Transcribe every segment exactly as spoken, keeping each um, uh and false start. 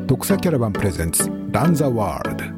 読者キャラバンプレゼンツランザワールド。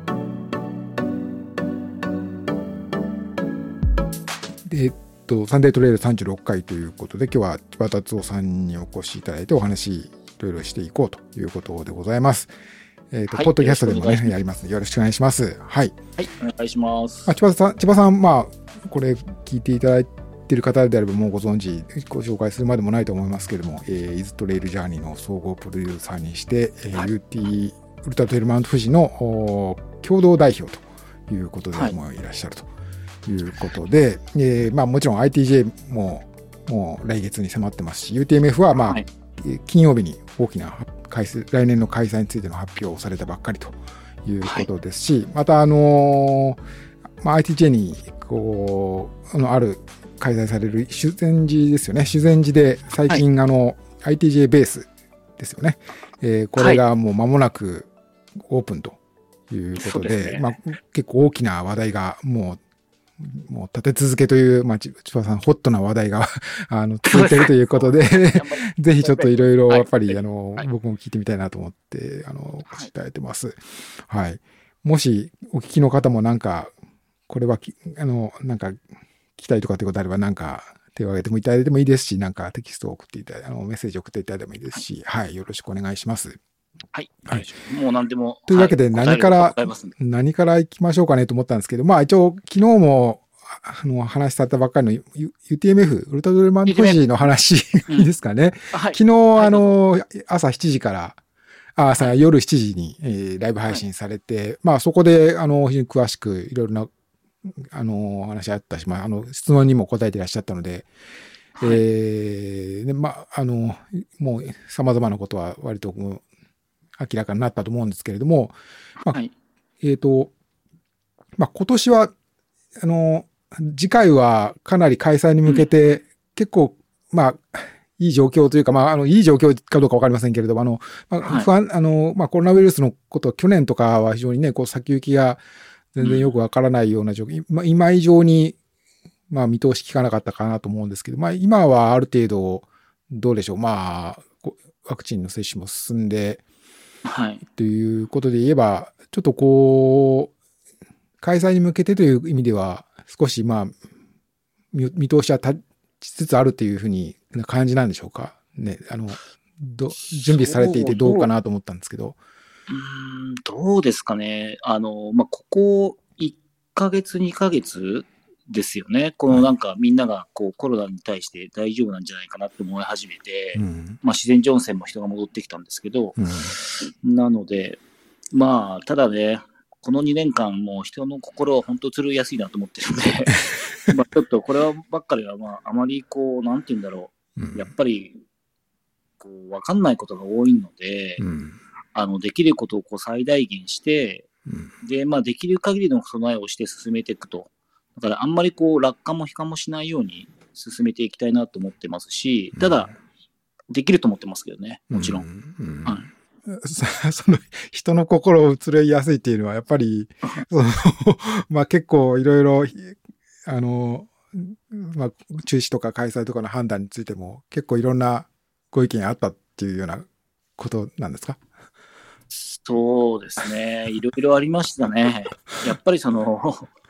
で、えっと、サンデートレイルさんじゅうろっかいということで、今日は千葉達夫さんにお越しいただいてお話いろいろしていこうということでございます。えっと、はい、ポッドキャストでもね、やりますのでよろしくお願いします。はい。 はい、お願いします。 まあ、千葉さん、千葉さん、まあ、これ聞いていただいている方であればもうご存知、ご紹介するまでもないと思いますけれども、えー、イズトレイルジャーニーの総合プロデューサーにして、えーはい、ユーティー ウルトラトレイルマウント富士の共同代表ということでもいらっしゃるということで、はい、えー、まあもちろん アイティージェー ももう来月に迫ってますし、ユーティーエムエフ はまあ、はい、金曜日に大きな開催、来年の開催についての発表をされたばっかりということですし、はい、またあのー、まあ アイティージェー にこうあのある開催される修善寺ですよね。修善寺で最近、はい、あの アイティージェー ベースですよね。えー、これがもう間もなくオープンということで、はい、ね、まあ、結構大きな話題がもう、もう立て続けという、まあ、千葉さんホットな話題があの続いているということで、ぜひちょっといろいろやっぱり、はい、あの、はい、僕も聞いてみたいなと思ってあのお越しいただいてます。はい。はい、もしお聞きの方もなんかこれはあのなんか聞きたいとかってことあれば、なんか手を挙げてもいただいてもいいですし、なんかテキストを送っていただいて、あのメッセージを送っていただいてもいいですし、はい、はい、よろしくお願いします。 はい。はい、もう何でも。 というわけで何から、はい、何から行きましょうかねと思ったんですけど、まあ一応昨日もあの話されたばっかりの ユーティーエムエフ、ウルトラトレイルマウント富士の話ですかね。うん、はい、昨日、はい、あの、朝しちじから、あ朝、はい、夜しちじに、えー、ライブ配信されて、はい、まあそこで、あの、非常に詳しくいろいろなあの話あったし、まあ、あの質問にも答えていらっしゃったので、はい、えー、でまああのもう様々なことは割と明らかになったと思うんですけれども、まあ、はい、えっとまあ今年はあの次回はかなり開催に向けて、うん、結構まあいい状況というか、まあ、あの、いい状況かどうかわかりませんけれども、あの、まあ、不安、はい、あの、まあ、コロナウイルスのことは去年とかは非常にね、こう先行きが全然よくわからないような状況、うん、今以上に、まあ、見通し効かなかったかなと思うんですけど、まあ、今はある程度、どうでしょう、まあ、ワクチンの接種も進んで、はい。ということで言えば、ちょっとこう、開催に向けてという意味では、少し、まあ、見通しは立ちつつあるというふうに感じなんでしょうか。ね、あの、ど準備されていてどうかなと思ったんですけど。 うーん、どうですかね。あの、まあ、ここいっかげつ、にかげつですよね。このなんかみんながこうコロナに対して大丈夫なんじゃないかなって思い始めて、うん、まあ、自然温泉も人が戻ってきたんですけど、うん、なので、まあ、ただね、このにねんかんもう人の心は本当釣りやすいなと思ってるんで、まあちょっとこれはばっかりは、まあ、あまりこう、なんて言うんだろう、うん、やっぱり、こう、わかんないことが多いので、うん、あの、できることをこう最大限して、うん、で、まあ、できる限りの備えをして進めていくと。だから、あんまりこう、楽観も悲観もしないように進めていきたいなと思ってますし、ただ、うん、できると思ってますけどね、もちろん。うんうん、はい。 その人の心を移りやすいっていうのはやっぱりそのまあ結構いろいろあのまあ中止とか開催とかの判断についても結構いろんなご意見あったっていうようなことなんですか？ そうですね、いろいろありましたね。やっぱりその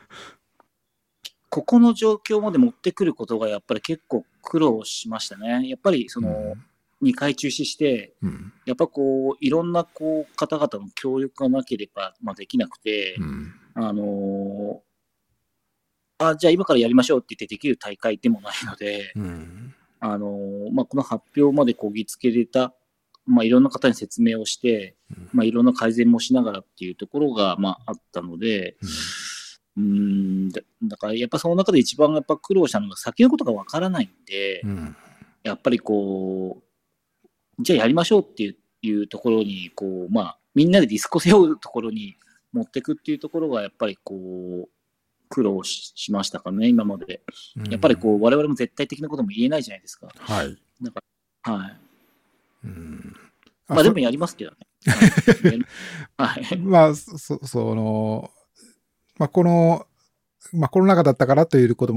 ここの状況まで持ってくることがやっぱり結構苦労しましたね。やっぱりその、うんにかい中止して、うん、やっぱこういろんなこう方々の協力がなければ、まあ、できなくて、うん、あのー、あじゃあ今からやりましょうって言ってできる大会でもないので、うん、あのーまあ、この発表までこぎつけれた、まあ、いろんな方に説明をして、うんまあ、いろんな改善もしながらっていうところが、まあ、あったので、うん、うんだ, だからやっぱその中で一番やっぱ苦労したのが先のことがわからないんで、うん、やっぱりこうじゃあやりましょうっていう、いうところに、こう、まあ、みんなでディスコ背負うところに持っていくっていうところが、やっぱりこう、苦労 し, しましたかね、今まで。やっぱりこう、我々も絶対的なことも言えないじゃないですか。 はい。 だから、はい。うんまあ、でもやりますけどね。はい。 まあ、そ、その、まあ、この、まあ、コロナ禍だったからということも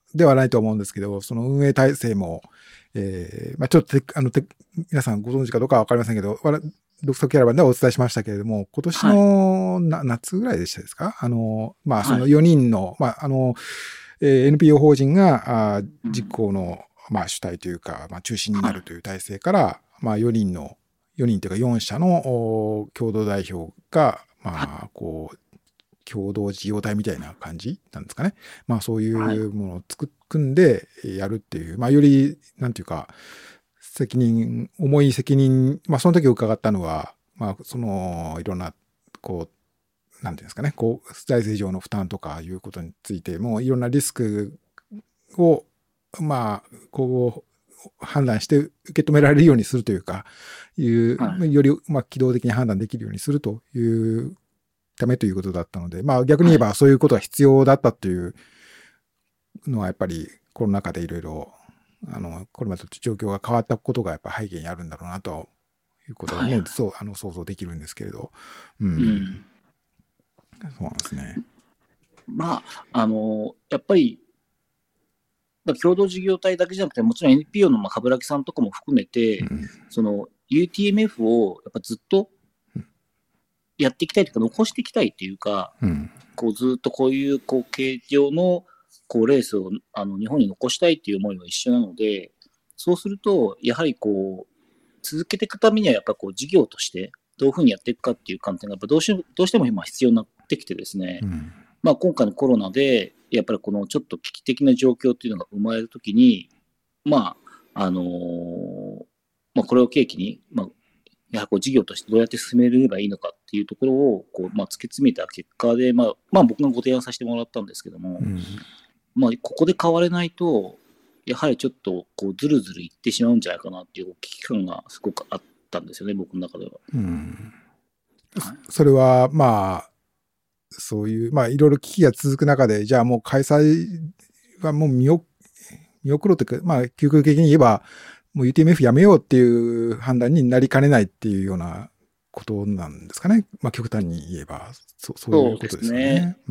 ではないと思うんですけど、その運営体制も、えー、まあちょっとあの皆さんご存知かどうかはわかりませんけど、読書キャラバンではお伝えしましたけれども、今年のな、はい、夏ぐらいでしたですか？あの、まあそのよにんの、はい、まああの、えー、エヌピーオー 法人があ実行の、まあ主体というか、まあ中心になるという体制から、はい、まあよにんの、よにんというかよん社の共同代表が、まあこう、共同事業体みたいな感じなんですかね。まあそういうものを作組んでやるっていう、まあより、なんていうか、責任、重い責任、まあその時伺ったのは、まあその、いろんな、こう、なんていうんですかね、こう、財政上の負担とかいうことについても、いろんなリスクを、まあ、こう、判断して受け止められるようにするというか、いう、はい、より、まあ、機動的に判断できるようにするというためということだったので、まあ逆に言えばそういうことが必要だったっていうのはやっぱりコロナ禍でいろいろ、あの、これまでと状況が変わったことがやっぱ背景にあるんだろうなということがね、はい、そう、あの、想像できるんですけれど。うん。うん、そうなんですね。 まあ、あの、やっぱり、共同事業体だけじゃなくて、もちろん エヌピーオー の冠城さんとかも含めて、うん、その ユーティーエムエフ をやっぱずっとやっていきたいというか、残していきたいというか、うん、こうずっとこういうこう形状のこうレースをあの日本に残したいっていう思いは一緒なので、そうすると、やはりこう、続けていくためには、やっぱこう事業としてどういうふうにやっていくかっていう観点が、やっぱどうしどうしても今必要になってきてですね、うん、まあ今回のコロナで、やっぱりこのちょっと危機的な状況っていうのが生まれるときに、まあ、あのー、まあこれを契機に、まあ、やはりこう事業としてどうやって進めればいいのかっていうところをこう、まあ、突き詰めた結果で、まあ、まあ僕がご提案させてもらったんですけども、うん、まあここで変われないと、やはりちょっとこうずるずるいってしまうんじゃないかなっていう危機感がすごくあったんですよね、僕の中では。うんはい、それはまあ、そういう、まあいろいろ危機が続く中で、じゃあもう開催はもう見送見送ろうというか、まあ究極的に言えば、もう ユーティーエムエフ やめようっていう判断になりかねないっていうようなことなんですかね。まあ極端に言えば、そ う, そういうことですよね。そうですね。うん、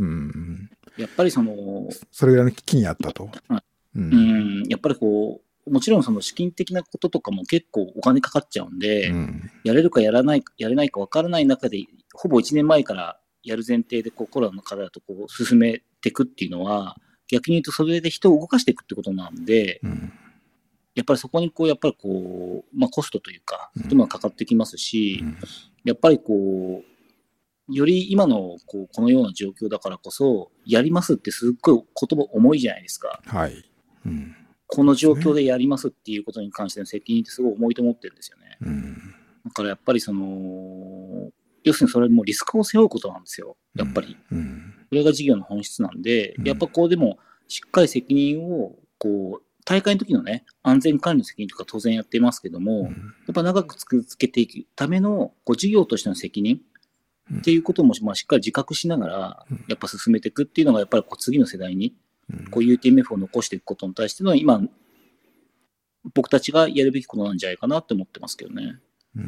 やっぱりその、 それぐらいの危機にあったと。 はい、うん、うんやっぱりこう、もちろんその資金的なこととかも結構お金かかっちゃうんで、うん、やれるかやらないか、やれないか分からない中で、ほぼいちねんまえからやる前提でこうコロナの課題とこう進めていくっていうのは、逆に言うとそれで人を動かしていくってことなんで、うん、やっぱりそこにこう、やっぱりこう、まあコストというか、そういうのがかかってきますし、うん、やっぱりこう、より今のこうこのような状況だからこそ、やりますってすっごい言葉重いじゃないですか。 はい。うん、 この状況でやりますっていうことに関しての責任ってすごい重いと思ってるんですよね。うん、だからやっぱりその、要するにそれもリスクを背負うことなんですよ。やっぱり。うんうん、それが事業の本質なんで、うん、やっぱこうでもしっかり責任をこう、大会の時のね、安全管理の責任とか当然やってますけども、うん、やっぱ長く続けていくためのこう事業としての責任っていうこともまあしっかり自覚しながら、やっぱ進めていくっていうのがやっぱりこう次の世代にこう ユーティーエムエフ を残していくことに対しての今、僕たちがやるべきことなんじゃないかなって思ってますけどね。うん、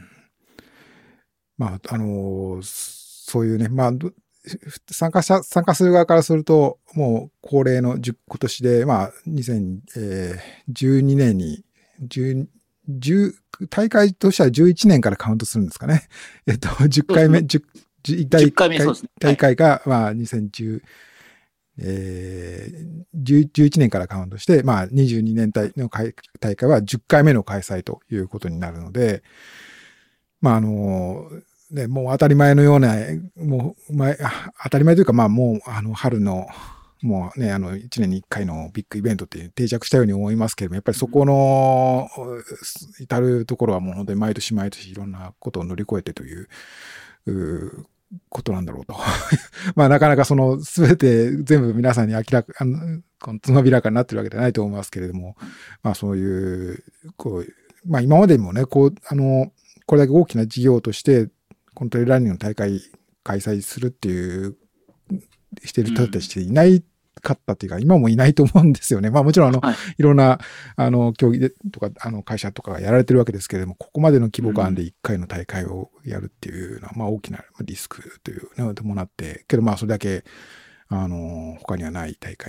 まあ、あのー、そういうね、まあ、参加者、参加する側からすると、もう恒例の今年で、まあ、にせんじゅうにねんに、10、10大会としてはじゅういちねんからカウントするんですかね。えっと、じゅっかいめ、じゅう大会、大会が、まあ、にせんじゅう、えー、じゅういちねんからカウントして、まあ、にじゅうにねん大の大会はじゅっかいめの開催ということになるので、まあ、あの、ね、もう当たり前のような、もう、前、当たり前というか、まあ、もう、あの、春の、もうね、あの、いちねんにいっかいのビッグイベントって定着したように思いますけれども、やっぱりそこの、至るところはもう本当に毎年毎年いろんなことを乗り越えてという、うことなんだろうと。まあ、なかなかその、すべて全部皆さんに明らか、あの、このつまびらかになってるわけではないと思いますけれども、まあ、そういう、こう、まあ、今までもね、こう、あの、これだけ大きな事業として、このトレイルランニングの大会開催するっていう、している人たちっていないかったっていうか、今もいないと思うんですよね。まあもちろんあの、はい、いろんな、あの、競技でとか、あの、会社とかがやられてるわけですけれども、ここまでの規模感でいっかいの大会をやるっていうのは、まあ大きなリスクというのを伴って、けどまあそれだけ、あの、他にはない大会に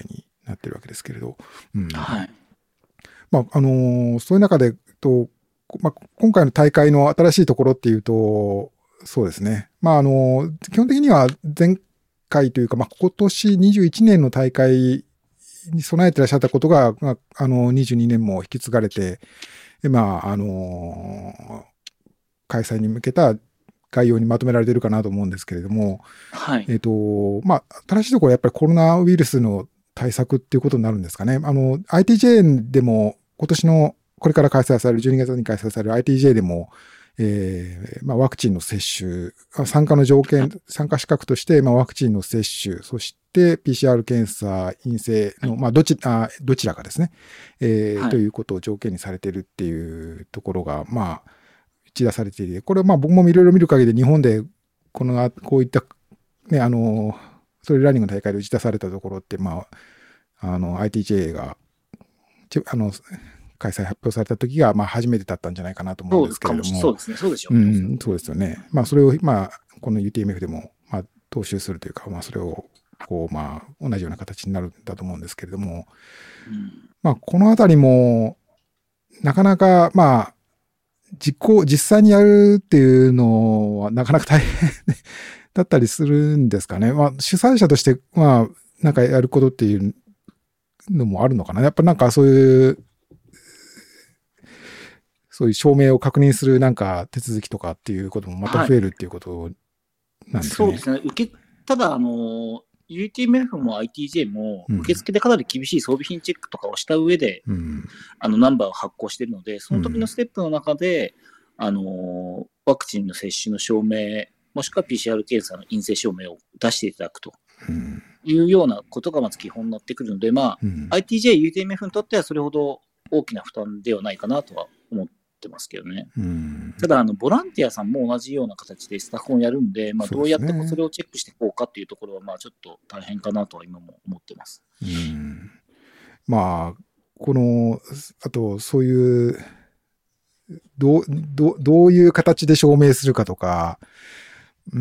なってるわけですけれど。うん、 はい。 まあ、あのー、そういう中で、と、まあ、今回の大会の新しいところっていうと、そうですね。まあ、あの、基本的には前回というか、まあ、今年にじゅういちねんの大会に備えてらっしゃったことが、まあ、あの、にじゅうにねんも引き継がれて、まあ、あの、開催に向けた概要にまとめられているかなと思うんですけれども、 はい。 えっと、まあ、新しいところはやっぱりコロナウイルスの対策っていうことになるんですかね。あの、アイティージェー でも今年のこれから開催される、じゅうにがつに開催される アイティージェー でも、えーまあ、ワクチンの接種、参加の条件、参加資格として、まあ、ワクチンの接種、そして ピーシーアール 検査陰性の、まあ、どち、あどちらかですね、えーはい、ということを条件にされているっていうところが、まあ、打ち出されていて、これはまあ僕もいろいろ見る限り日本でこの、こういった、ね、あの、ストーリーランニングの大会で打ち出されたところって、まあ、あの、アイティージェー が、あの、開催発表された時が、まあ、初めてだったんじゃないかなと思うんですけれども。 そうですね、そうでしょう。うん、そうですよね。まあ、それを、まあ、この ユーティーエムエフ でも、まあ、踏襲するというか、まあ、それを、こう、まあ、同じような形になるんだと思うんですけれども、うん、まあ、このあたりも、なかなか、まあ、実行、実際にやるっていうのは、なかなか大変だったりするんですかね。まあ、主催者として、まあ、なんかやることっていうのもあるのかな。やっぱなんかそういう、そういう証明を確認するなんか手続きとかっていうこともまた増えるっていうことなんですね。 はい、そうですね。受け、ただ、あの、ユーティーエムエフ も アイティージェー も受付でかなり厳しい装備品チェックとかをした上で、うん、あのナンバーを発行しているので、その時のステップの中で、うん、あの、ワクチンの接種の証明、もしくは ピーシーアール 検査の陰性証明を出していただくというようなことがまず基本になってくるので、まあ、うん、アイティージェー、ユーティーエムエフ にとってはそれほど大きな負担ではないかなとは思ってますけどね。うん、ただあの、ボランティアさんも同じような形でスタッフをやるんで、まあ、どうやってそれをチェックしていこうかっていうところは、まあ、ちょっと大変かなとは今も思ってます。 うん、まあ、この、あと、そういう、どう、どどういう形で証明するかとか、うん、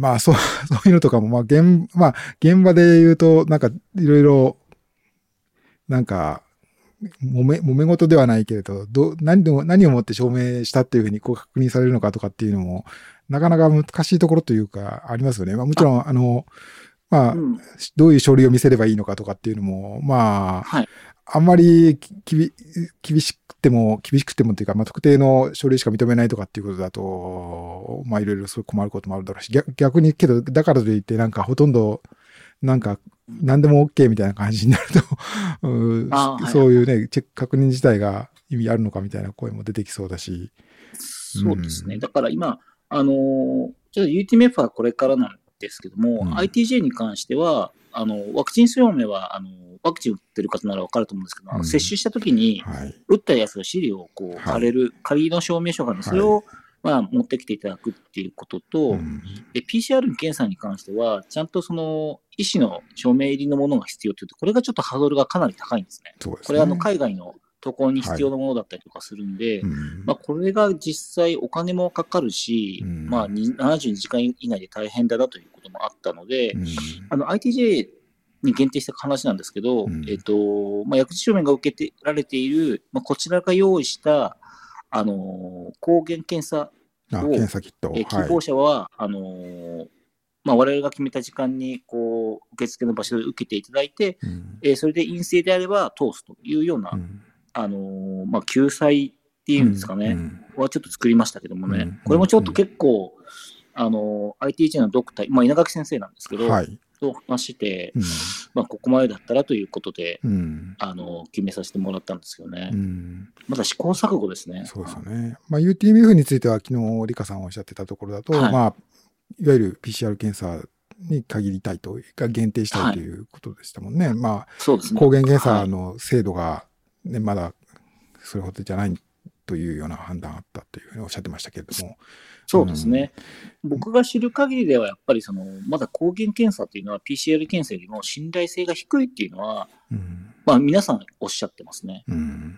まあ、そう、そういうのとかも、まあ、現、まあ、現場で言うと、なんか、いろいろ、なんか、揉め、揉め事ではないけれど、ど、何でも、何をもって証明したっていうふうにこう確認されるのかとかっていうのも、なかなか難しいところというか、ありますよね。まあもちろん、あの、まあ、うん、どういう書類を見せればいいのかとかっていうのも、まあ、はい、あんまりきび厳しくても、厳しくてもっていうか、まあ特定の書類しか認めないとかっていうことだと、まあいろいろそう困ることもあるだろうし、逆逆にけど、だからといってなんかほとんど、なんか、何でも OK みたいな感じになるとう、そういうね、チェック確認自体が意味あるのかみたいな声も出てきそうだし。 そうですね。うん、だから今、あの、ちょっと ユーティーエムエフ はこれからなんですけども、うん、アイティージェー に関しては、あの、ワクチン証明は、あの、ワクチン打ってる方なら分かると思うんですけど、うん、接種したときに、はい、打ったやつの資料をこう、借りる、はい、仮の証明書がね、それを、はい、まあ、持ってきていただくっていうことと、うん、で ピーシーアール 検査に関しては、ちゃんとその、医師の証明入りのものが必要というと、これがちょっとハードルがかなり高いんですね。そうですね。これはあの、海外の渡航に必要なものだったりとかするんで、はい、うん、まあ、これが実際お金もかかるし、うん、まあ、ななじゅうにじかん以内で大変だなということもあったので、うん、あの アイティージェー に限定した話なんですけど、うん、えっと、まあ、薬事証明が受けられている、まあ、こちらが用意した、あの、抗原検査を、 検査キット、 え希望者は、はい、あの、まあ、我々が決めた時間にこう受付の場所で受けていただいて、うん、えー、それで陰性であれば通すというような、うん、あのーまあ、救済っていうんですかね、うんうん、はちょっと作りましたけどもね、うん、これもちょっと結構、あのー、アイティージェー のドクター、まあ、稲垣先生なんですけど、はい、と話して、うん、まあ、ここまでだったらということで、うん、あのー、決めさせてもらったんですけどね、うん、まだ試行錯誤ですね。 そうですよね。まあ、ユーティーエムエフ については昨日理香さんおっしゃってたところだと、はい、まあいわゆる ピーシーアール 検査に限りたいというか、限定したいということでしたもんね。はい、まあ、そうですね、抗原検査の精度が、ね、まだそれほどじゃないというような判断あったというふうにおっしゃってましたけれども。 そうですね。うん、僕が知る限りでは、やっぱりその、まだ抗原検査っていうのは ピーシーアール 検査よりも信頼性が低いっていうのは、うん、まあ皆さんおっしゃってますね。うん、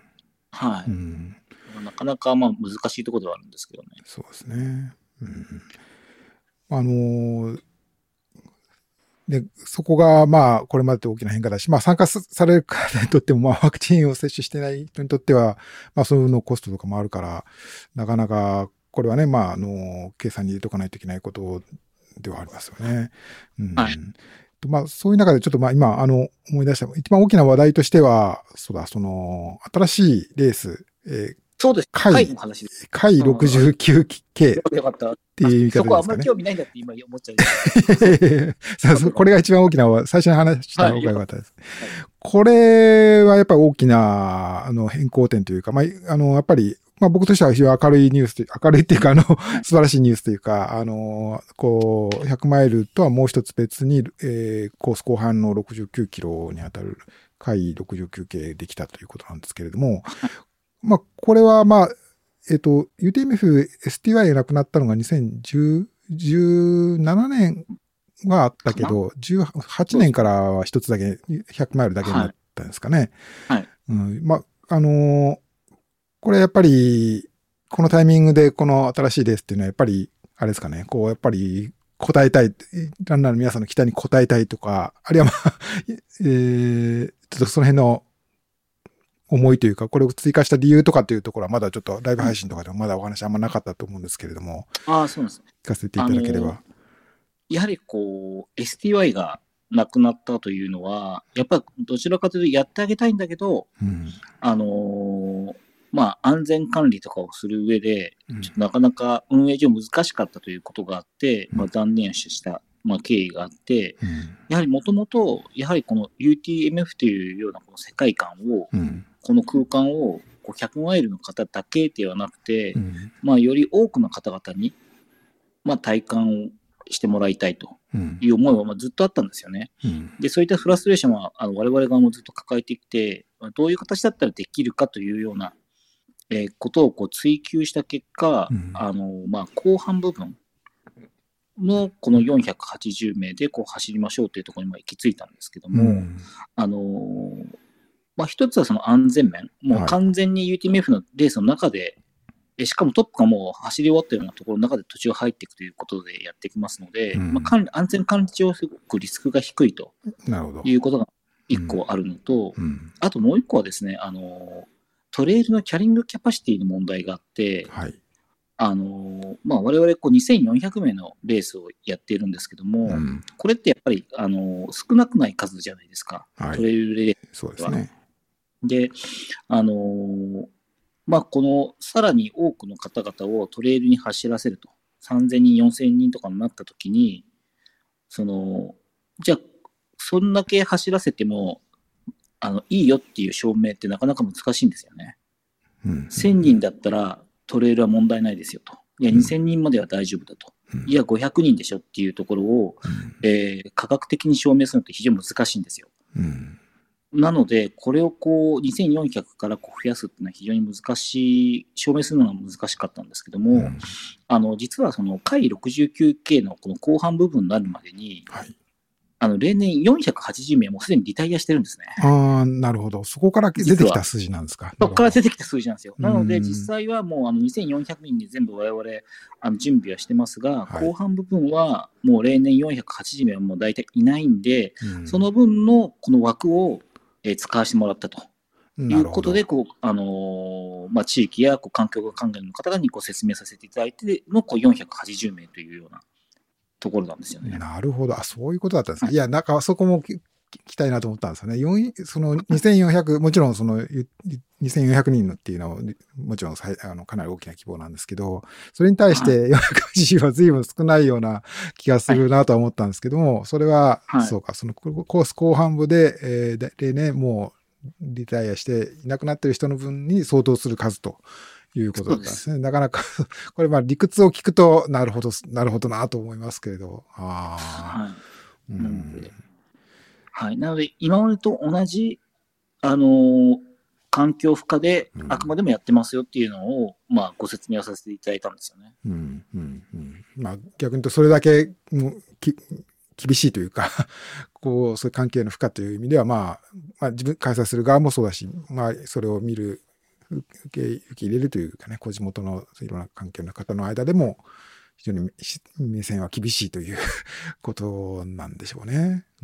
はい、うん。なかなかまあ難しいところではあるんですけどね。 そうですね。うん、あのー、 で、そこが、まあ、これまでと大きな変化だし、まあ、参加される方にとっても、まあ、ワクチンを接種してない人にとっては、まあ、そのコストとかもあるから、なかなか、これはね、まあ、あの、計算に入れとかないといけないことではありますよね。うん。はい、まあ、そういう中でちょっと、まあ、今、あの、思い出した、一番大きな話題としては、そうだ、その、新しいレース、えーそうです。 回の話です。回 ろくじゅうきゅうケーよかった。 っていう言い方ですかね。 そこあんまり興味ないんだって今思っちゃう。 そうそう、これが一番大きな、最初に話した方が良かったです。はい、これはやっぱり大きな、あの、変更点というか、まあ、あの、やっぱり、まあ僕としては非常に明るいニュースという、明るいっていうか、あの、素晴らしいニュースというか、あの、こう、ひゃくマイルとはもう一つ別に、えー、コース後半のろくじゅうきゅうキロにあたる回ろくじゅうきゅうケーできたということなんですけれども、まあ、これはまあ、えっと、ユーティーエムエフ、エスティーワイ がなくなったのがにせんじゅうななねんはあったけど、じゅうはちねんからは一つだけ、ひゃくマイルだけになったんですかね。 はい。はい、 うん、まあ、あのー、これやっぱり、このタイミングでこの新しいレースっていうのはやっぱり、あれですかね、こう、やっぱり、答えたい、ランナーの皆さんの期待に応えたいとか、あるいはまあ、えー、ちょっとその辺の、思いというか、これを追加した理由とかっていうところはまだちょっとライブ配信とかでもまだお話あんまなかったと思うんですけれども。 ああ、そうなんですね。 聞かせていただければ。 やはりこう、エスティーワイ がなくなったというのは、やっぱりどちらかというとやってあげたいんだけど、うん、あのー、まあ安全管理とかをする上で、ちょっとなかなか運営上難しかったということがあって、うん、まあ断念した。まあ、経緯があって、うん、やはりもともと、やはりこの ユーティーエムエフ というようなこの世界観を、うん、この空間をこうひゃくマイルの方だけではなくて、うん、まあ、より多くの方々に、まあ、体感をしてもらいたいという思いはまあずっとあったんですよね。うん、で、そういったフラストレーションはあの我々側もずっと抱えてきて、どういう形だったらできるかというような、えー、ことをこう追求した結果、うん、あのまあ、後半部分、のこのよんひゃくはちじゅうめいでこう走りましょうというところにも行き着いたんですけども、うん、あのー、まあ一つはその安全面、もう完全に ユーティーエムエフ のレースの中で、はい、しかもトップがもう走り終わっているようなところの中で途中入っていくということでやっていきますので、うん、まあ、管理安全管理上すごくリスクが低いということが一個あるのと、うんうん、あともう一個はですね、あのトレイルのキャリングキャパシティの問題があって、はいあのまあ、我々こうにせんよんひゃくめいのレースをやっているんですけども、うん、これってやっぱりあの少なくない数じゃないですか、はい、トレイルレースは。そうですね。で、あのまあ、このさらに多くの方々をトレイルに走らせると、さんぜんにん、よんせんにんとかになったときに、そのじゃあ、そんだけ走らせてもあのいいよっていう証明ってなかなか難しいんですよね。うん、せんにんだったらトレイルは問題ないですよと。いや、にせんにんまでは大丈夫だと。うん、いや、ごひゃくにんでしょっていうところを、うんえー、科学的に証明するのって非常に難しいんですよ。うん、なので、これをこう、にせんよんひゃくからこう増やすっていうのは非常に難しい、証明するのが難しかったんですけども、うん、あの、実はその、回 ろくじゅうきゅうケー のこの後半部分になるまでに、はいあの、例年よんひゃくはちじゅうめいもうすでにリタイアしてるんですね。 ああ、なるほど。そこから出てきた数字なんですか。 そこから出てきた数字なんですよ。なので、実際はもうあのにせんよんひゃくにんで全部我々あの準備はしてますが、はい、後半部分はもう例年よんひゃくはちじゅうめいはもう大体いないんで、うん、その分のこの枠を、えー、使わせてもらったと。いうことで、こう、あのー、まあ、地域やこう環境が関連の方にご説明させていただいてのこうよんひゃくはちじゅうめいというようなところなんですよね。 なるほど。あ、そういうことだったんですね。はい、いや、なんかそこも聞きたいなと思ったんですよね。そのにせんよんひゃく、もちろんそのにせんよんひゃくにんのっていうのは、もちろんあのかなり大きな規模なんですけど、それに対してよんひゃくはちじゅうは随分少ないような気がするなとは思ったんですけども、それは、はい、そうか、そのコース後半部で、えー、例年もうリタイアしていなくなっている人の分に相当する数と。いうことだったんですね。なかなか、これまあ理屈を聞くと、なるほど、なるほどなと思いますけれど。あはい。うん、はい。なので、今までと同じ、あのー、環境負荷で、あくまでもやってますよっていうのを、うん、まあ、ご説明をさせていただいたんですよね。 うん、うん、うん。まあ、逆に言うと、それだけ、もき厳しいというか、こう、そういう関係の負荷という意味では、まあ、まあ、自分、開催する側もそうだし、まあ、それを見る、受け、受け入れるというかね、こう地元のいろんな関係の方の間でも、 非常に目線は厳しいということなんでしょうね。うん、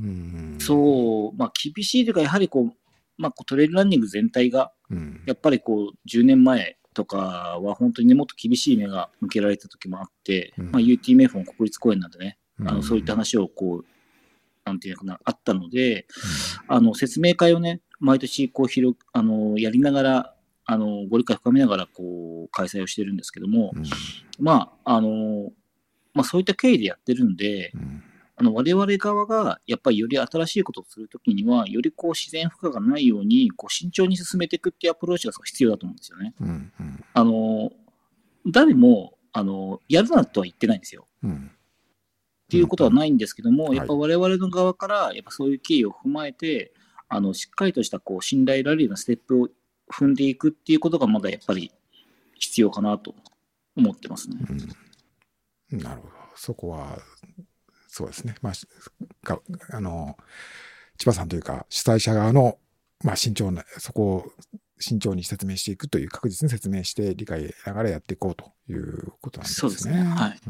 そう、まあ厳しいというか、やはりこう、まあトレイルランニング全体が、やっぱりこうじゅうねんまえとかは本当にもっと厳しい目が向けられた時もあって、うん、まあ ユーティーエムエフ も国立公園なんでね、うん、あのそういった話をこう、なんていうのかな、あったので、うん、あの説明会をね、毎年こう広あのやりながら、あのご理解深めながらこう開催をしてるんですけども、うん、まああのまあそういった経緯でやってるんで、うん、あの我々側がやっぱりより新しいことをするときには、よりこう自然負荷がないようにこう慎重に進めていくっていうアプローチが必要だと思うんですよね。うんうん、あの誰もあのやるなとは言ってないんですよ。うん、っていうことはないんですけども、うんうん、やっぱ我々の側からやっぱそういう経緯を踏まえて、あのしっかりとしたこう信頼ラリーのステップを踏んでいくっていうことがまだやっぱり必要かなと思ってますね。 うん、なるほど。そこはそうですね。まあ、あの千葉さんというか主催者側の、まあ、慎重なそこを慎重に説明していくという、確実に説明して理解ながらやっていこうということなんですね。 そうですね。はい。 うん、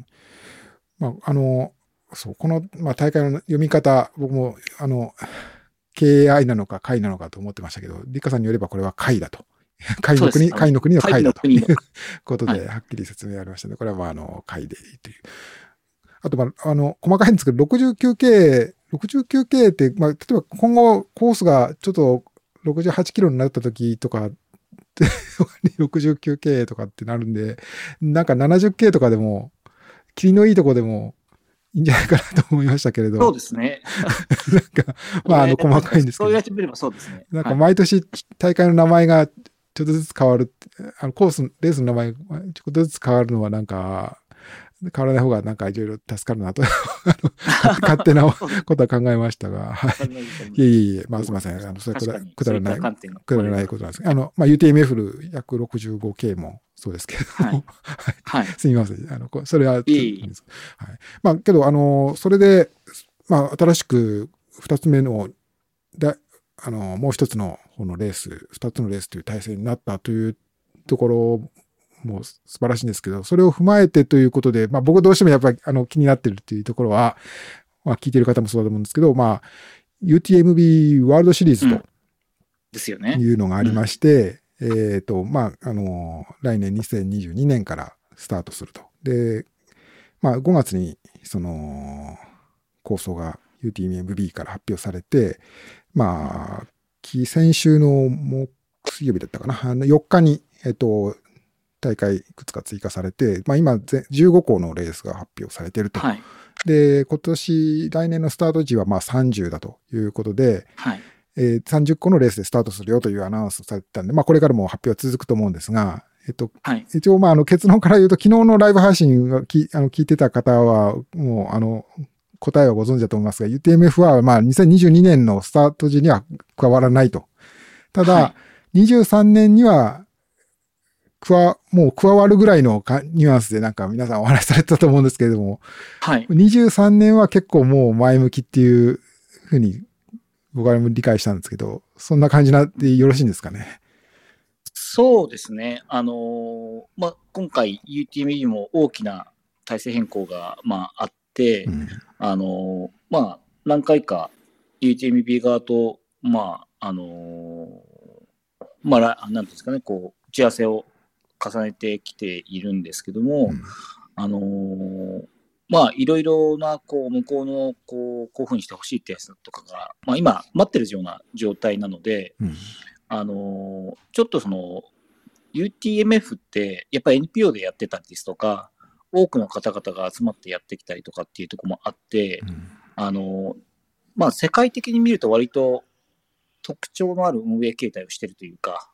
まあ、あのそうこの、まあ、大会の読み方、僕もあの ケーアイ なのか会なのかと思ってましたけど、リカさんによればこれは会だと。会の国、会の国の会だということで、はっきり説明ありましたので、これはまああの会でいいという。あと、まあ、あの、細かいんですけど、ろくじゅうきゅうケー、ろくじゅうきゅうケー って、まあ、例えば今後コースがちょっとろくじゅうはちキロになった時とか、ろくじゅうきゅうケー とかってなるんで、なんか ななじゅっケー とかでも、霧のいいとこでもいいんじゃないかなと思いましたけれど。 そうですね。 なんか、まあ、あの、細かいんですけど。 そう言われてみればそうですね。 なんか毎年大会の名前がちょっとずつ変わる、あの、コース、レースの名前ちょっとずつ変わるのはなんか、変わらない方がなんかいろいろ助かるなと勝手なことは考えましたが、はい。いえいえいえ、まあすみません。あの、それくだくだらない、くだらないことなんですけど、あの、まあ ユーティーエムエフ ひゃくろくじゅうごケー もそうですけども、はい。すみません。あの、それは、いいはい。まあけど、あの、それで、まあ新しく二つ目の、だあの、もう一つの方のレース、二つのレースという体制になったというところ、もう素晴らしいんですけど、それを踏まえてということで、まあ僕どうしてもやっぱりあの気になってるっていうところは、まあ聞いてる方もそうだと思うんですけど、まあ ユーティーエムビー ワールドシリーズと、 ですよね。 いうのがありまして、えっと、まあ、あの、来年にせんにじゅうにねんからスタートすると。で、まあごがつにその構想が ユーティーエムビー から発表されて、まあ、先週の木曜日だったかな、あのよっかに、えっと、大会いくつか追加されて、まあ今じゅうごこのレースが発表されていると。はい、で、今年、来年のスタート時はまあさんじゅうだということで、はい、えー、さんじゅっこのレースでスタートするよというアナウンスされてたんで、まあこれからも発表は続くと思うんですが、えっと、はい、一応まああの結論から言うと、昨日のライブ配信をきあの聞いてた方は、もうあの、答えはご存知だと思いますが、ユーティーエムエフ はまあにせんにじゅうにねんのスタート時には加わらないと。ただ、はい、にじゅうさんねんには、加わ、もう加わるぐらいのニュアンスでなんか皆さんお話しされてたと思うんですけれども、はい。にじゅうさんねんは結構もう前向きっていうふうに僕は理解したんですけど、そんな感じなってよろしいんですかね。 そうですね。あのー、まあ、今回 ユーティーエムビー も大きな体制変更が、まあ、あって、うん、あのー、まあ、何回か ユーティーエムビー 側と、まあ、あのー、まあ、なんていうんですかね、こう、打ち合わせを重ねてきているんですけども、うん、あのー、まあいろいろなこう向こうのこうこういうふうにしてほしいってやつとかが、まあ、今待ってるような状態なので、うん、あのー、ちょっとその ユーティーエムエフ ってやっぱり エヌピーオー でやってたりですとか、多くの方々が集まってやってきたりとかっていうところもあって、うん、あのー、まあ世界的に見ると割と特徴のある運営形態をしているというか、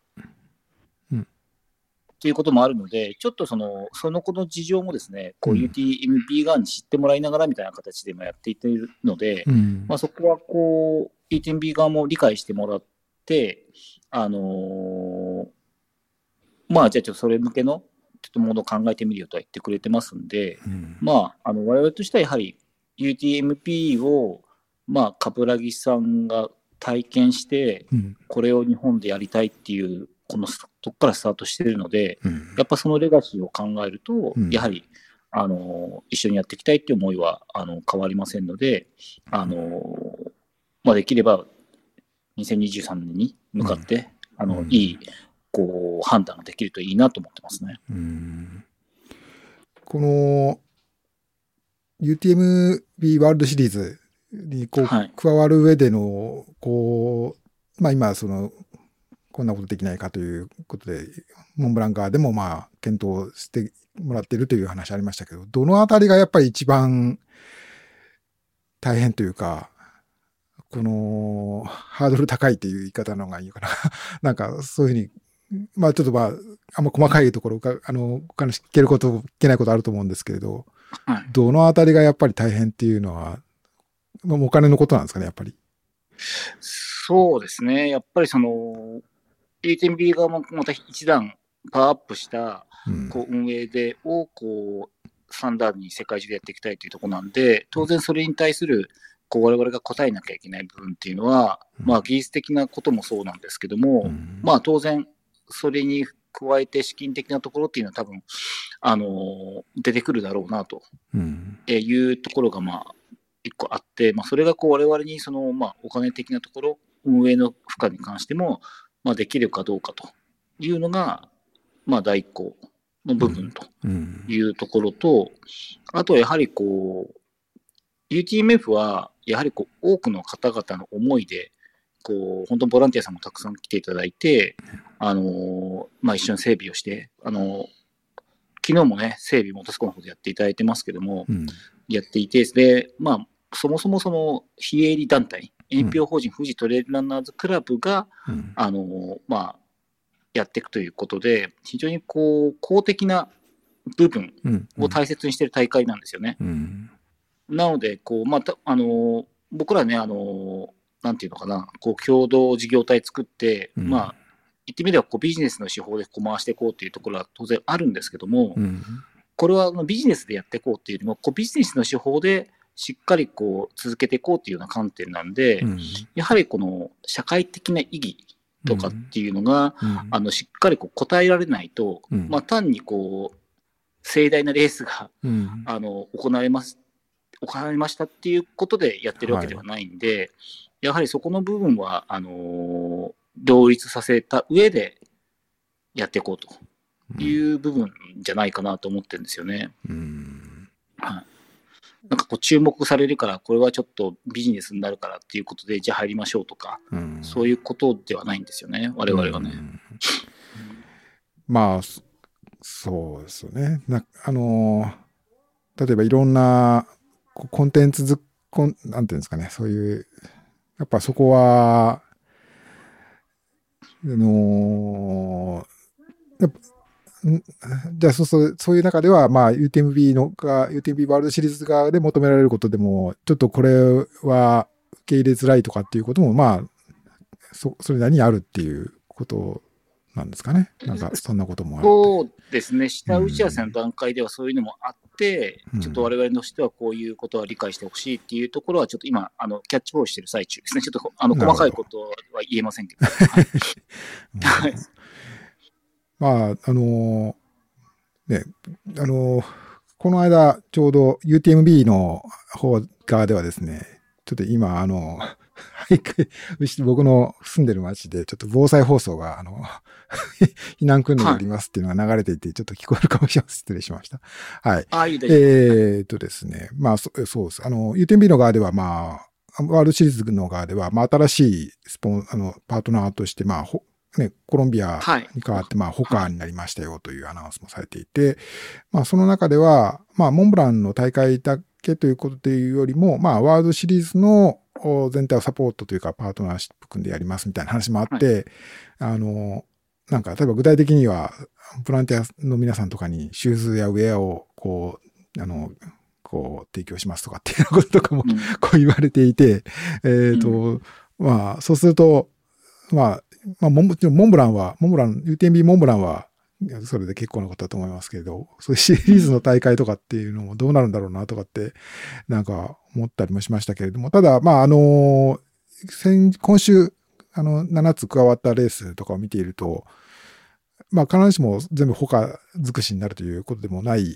っていうこともあるので、ちょっとその、その子の事情もですね、こう ユーティーエムビー 側に知ってもらいながらみたいな形で今やっていっているので、うん、まあそこはこう、ユーティーエムビー 側も理解してもらって、あのー、まあじゃあちょっとそれ向けのちょっとものを考えてみるよとは言ってくれてますんで、うん、まあ、あの、我々としてはやはり ユーティーエムピー を、まあ、冠城さんが体験して、これを日本でやりたいっていう、このとこからスタートしているので、うん、やっぱそのレガシーを考えると、うん、やはりあの、一緒にやっていきたいっていう思いは、あの、変わりませんので、あの、まあ、できれば、にせんにじゅうさんねんに向かって、うん、あの、うん、いい、こう、判断ができるといいなと思ってますね。 うん、この、ユーティーエムビー ワールドシリーズにこう、はい、加わる上での、こう、まあ今、その、こんなことできないかということで、モンブラン側でもまあ、検討してもらっているという話ありましたけど、どのあたりがやっぱり一番大変というか、この、ハードル高いという言い方の方がいいかな。なんか、そういうふうに、まあちょっとまあ、あんま細かいところが、あの、他の聞けること、聞けないことあると思うんですけれど、はい、どのあたりがやっぱり大変っていうのは、お金のことなんですかね、やっぱり。 そうですね。やっぱりその、ユーティーエムビー 側もまた一段パワーアップしたこう運営でをこうスタンダードに世界中でやっていきたいというところなんで、当然それに対するこう我々が答えなきゃいけない部分っていうのは、まあ技術的なこともそうなんですけども、まあ当然それに加えて資金的なところっていうのは多分、あの、出てくるだろうなというところがまあ一個あって、まあそれがこう我々にそのまあお金的なところ、運営の負荷に関しても、まあ、できるかどうかというのが、まあ、第一項の部分というところと、うんうん、あとはやはりこう、ユーティーエムエフ は、やはりこう、多くの方々の思いで、こう、本当ボランティアさんもたくさん来ていただいて、あの、まあ、一緒に整備をして、あの、昨日もね、整備元栖湖の方でやっていただいてますけども、うん、やっていて、で、まあ、そもそもその非営利団体、エヌピーオー 法人富士トレイルランナーズクラブが、うん、あの、まあ、やっていくということで、非常にこう、公的な部分を大切にしている大会なんですよね。うんうん、なので、こう、まあ、あの、僕らね、あの、なんていうのかな、こう、共同事業体作って、うん、まあ、言ってみればこうビジネスの手法でこう回していこうというところは当然あるんですけども、うん、これはビジネスでやっていこうっていうよりも、こうビジネスの手法でしっかりこう続けていこうというような観点なんで、うん、やはりこの社会的な意義とかっていうのが、うん、あのしっかりこう答えられないと、うん、まあ、単にこう盛大なレースが、うん、あの行われます行われましたっていうことでやってるわけではないんで、はい、やはりそこの部分はあのー、両立させた上でやっていこうという部分じゃないかなと思ってるんですよね。うんはい、なんかこう注目されるからこれはちょっとビジネスになるからっていうことでじゃあ入りましょうとか、うん、そういうことではないんですよね、我々はね。うん、 まあそうですよね。なあの例えばいろんなコンテンツずコンなんていうんですかね、そういうやっぱそこはあのやっぱじゃあそうそうそういう中ではまあ ユーティーエムビー のが ユーティーエムビー ワールドシリーズ側で求められることでもちょっとこれは受け入れづらいとかっていうこともまあそそれなりにあるっていうことなんですかね。なんかそんなこともある。 そうですね。下打ち合わせの段階ではそういうのもあって、うん、ちょっと我々としてはこういうことは理解してほしいっていうところはちょっと今あのキャッチボールしてる最中ですね。ちょっとあの細かいことは言えませんけど。はい、 まああのねあのこの間ちょうど ユーティーエムビー の方側ではですね、ちょっと今あの僕の住んでる町でちょっと防災放送があの避難訓練がありますっていうのが流れていてちょっと聞こえるかもしれません。失礼しました。はい。 ああ、いいです。 えー、っとですね。まあそ、そうです。あの ユーティーエムビー の側ではまあ、ワールドシリーズの側ではまあ新しいスポン、あの、パートナーとしてまあ、ほね、コロンビアに代わって、まあ、ホカーになりましたよというアナウンスもされていて、まあ、その中では、まあ、モンブランの大会だけということというよりも、まあ、ワールドシリーズの全体をサポートというか、パートナーシップ組んでやりますみたいな話もあって、はい、あの、なんか、例えば具体的には、ボランティアの皆さんとかにシューズやウェアを、こう、あの、こう、提供しますとかっていうこととかも、こう言われていて、うん、えっと、うん、まあ、そうすると、まあ、まあ、もちろんモンブランは、モンブラン、ユーティーエムビー モンブランは、それで結構なことだと思いますけれど、そういうシリーズの大会とかっていうのもどうなるんだろうなとかって、なんか思ったりもしましたけれども、ただ、まあ、あの、先、今週、あの、ななつ加わったレースとかを見ていると、まあ、必ずしも全部他尽くしになるということでもない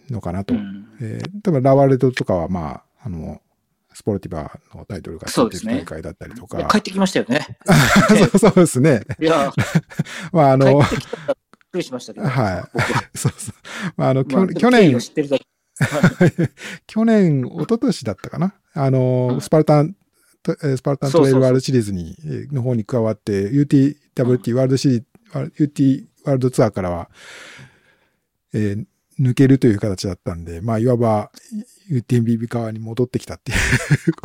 のかなと。うん、えー、多分ラワレドとかはまあ、あの、スポルティバのタイトルがついてる大会だったりとか。 ね、帰ってきましたよね。 そうそうですね。 いや、 まああの、 帰ってきたらびっくりしましたけど。 はい。そうそう。まああの、 まあ、 去年、 はい、 去年、一昨年だったかな。あの、スパルタン、スパルタントレイルワールドシリーズに、の方に加わって、ユーティーダブリューティー ワールドシリーズ、ユーティー ワールドツアーからは、えー、抜けるという形だったんで、まあ、いわば ユーティーエムビー 側に戻ってきたっていう、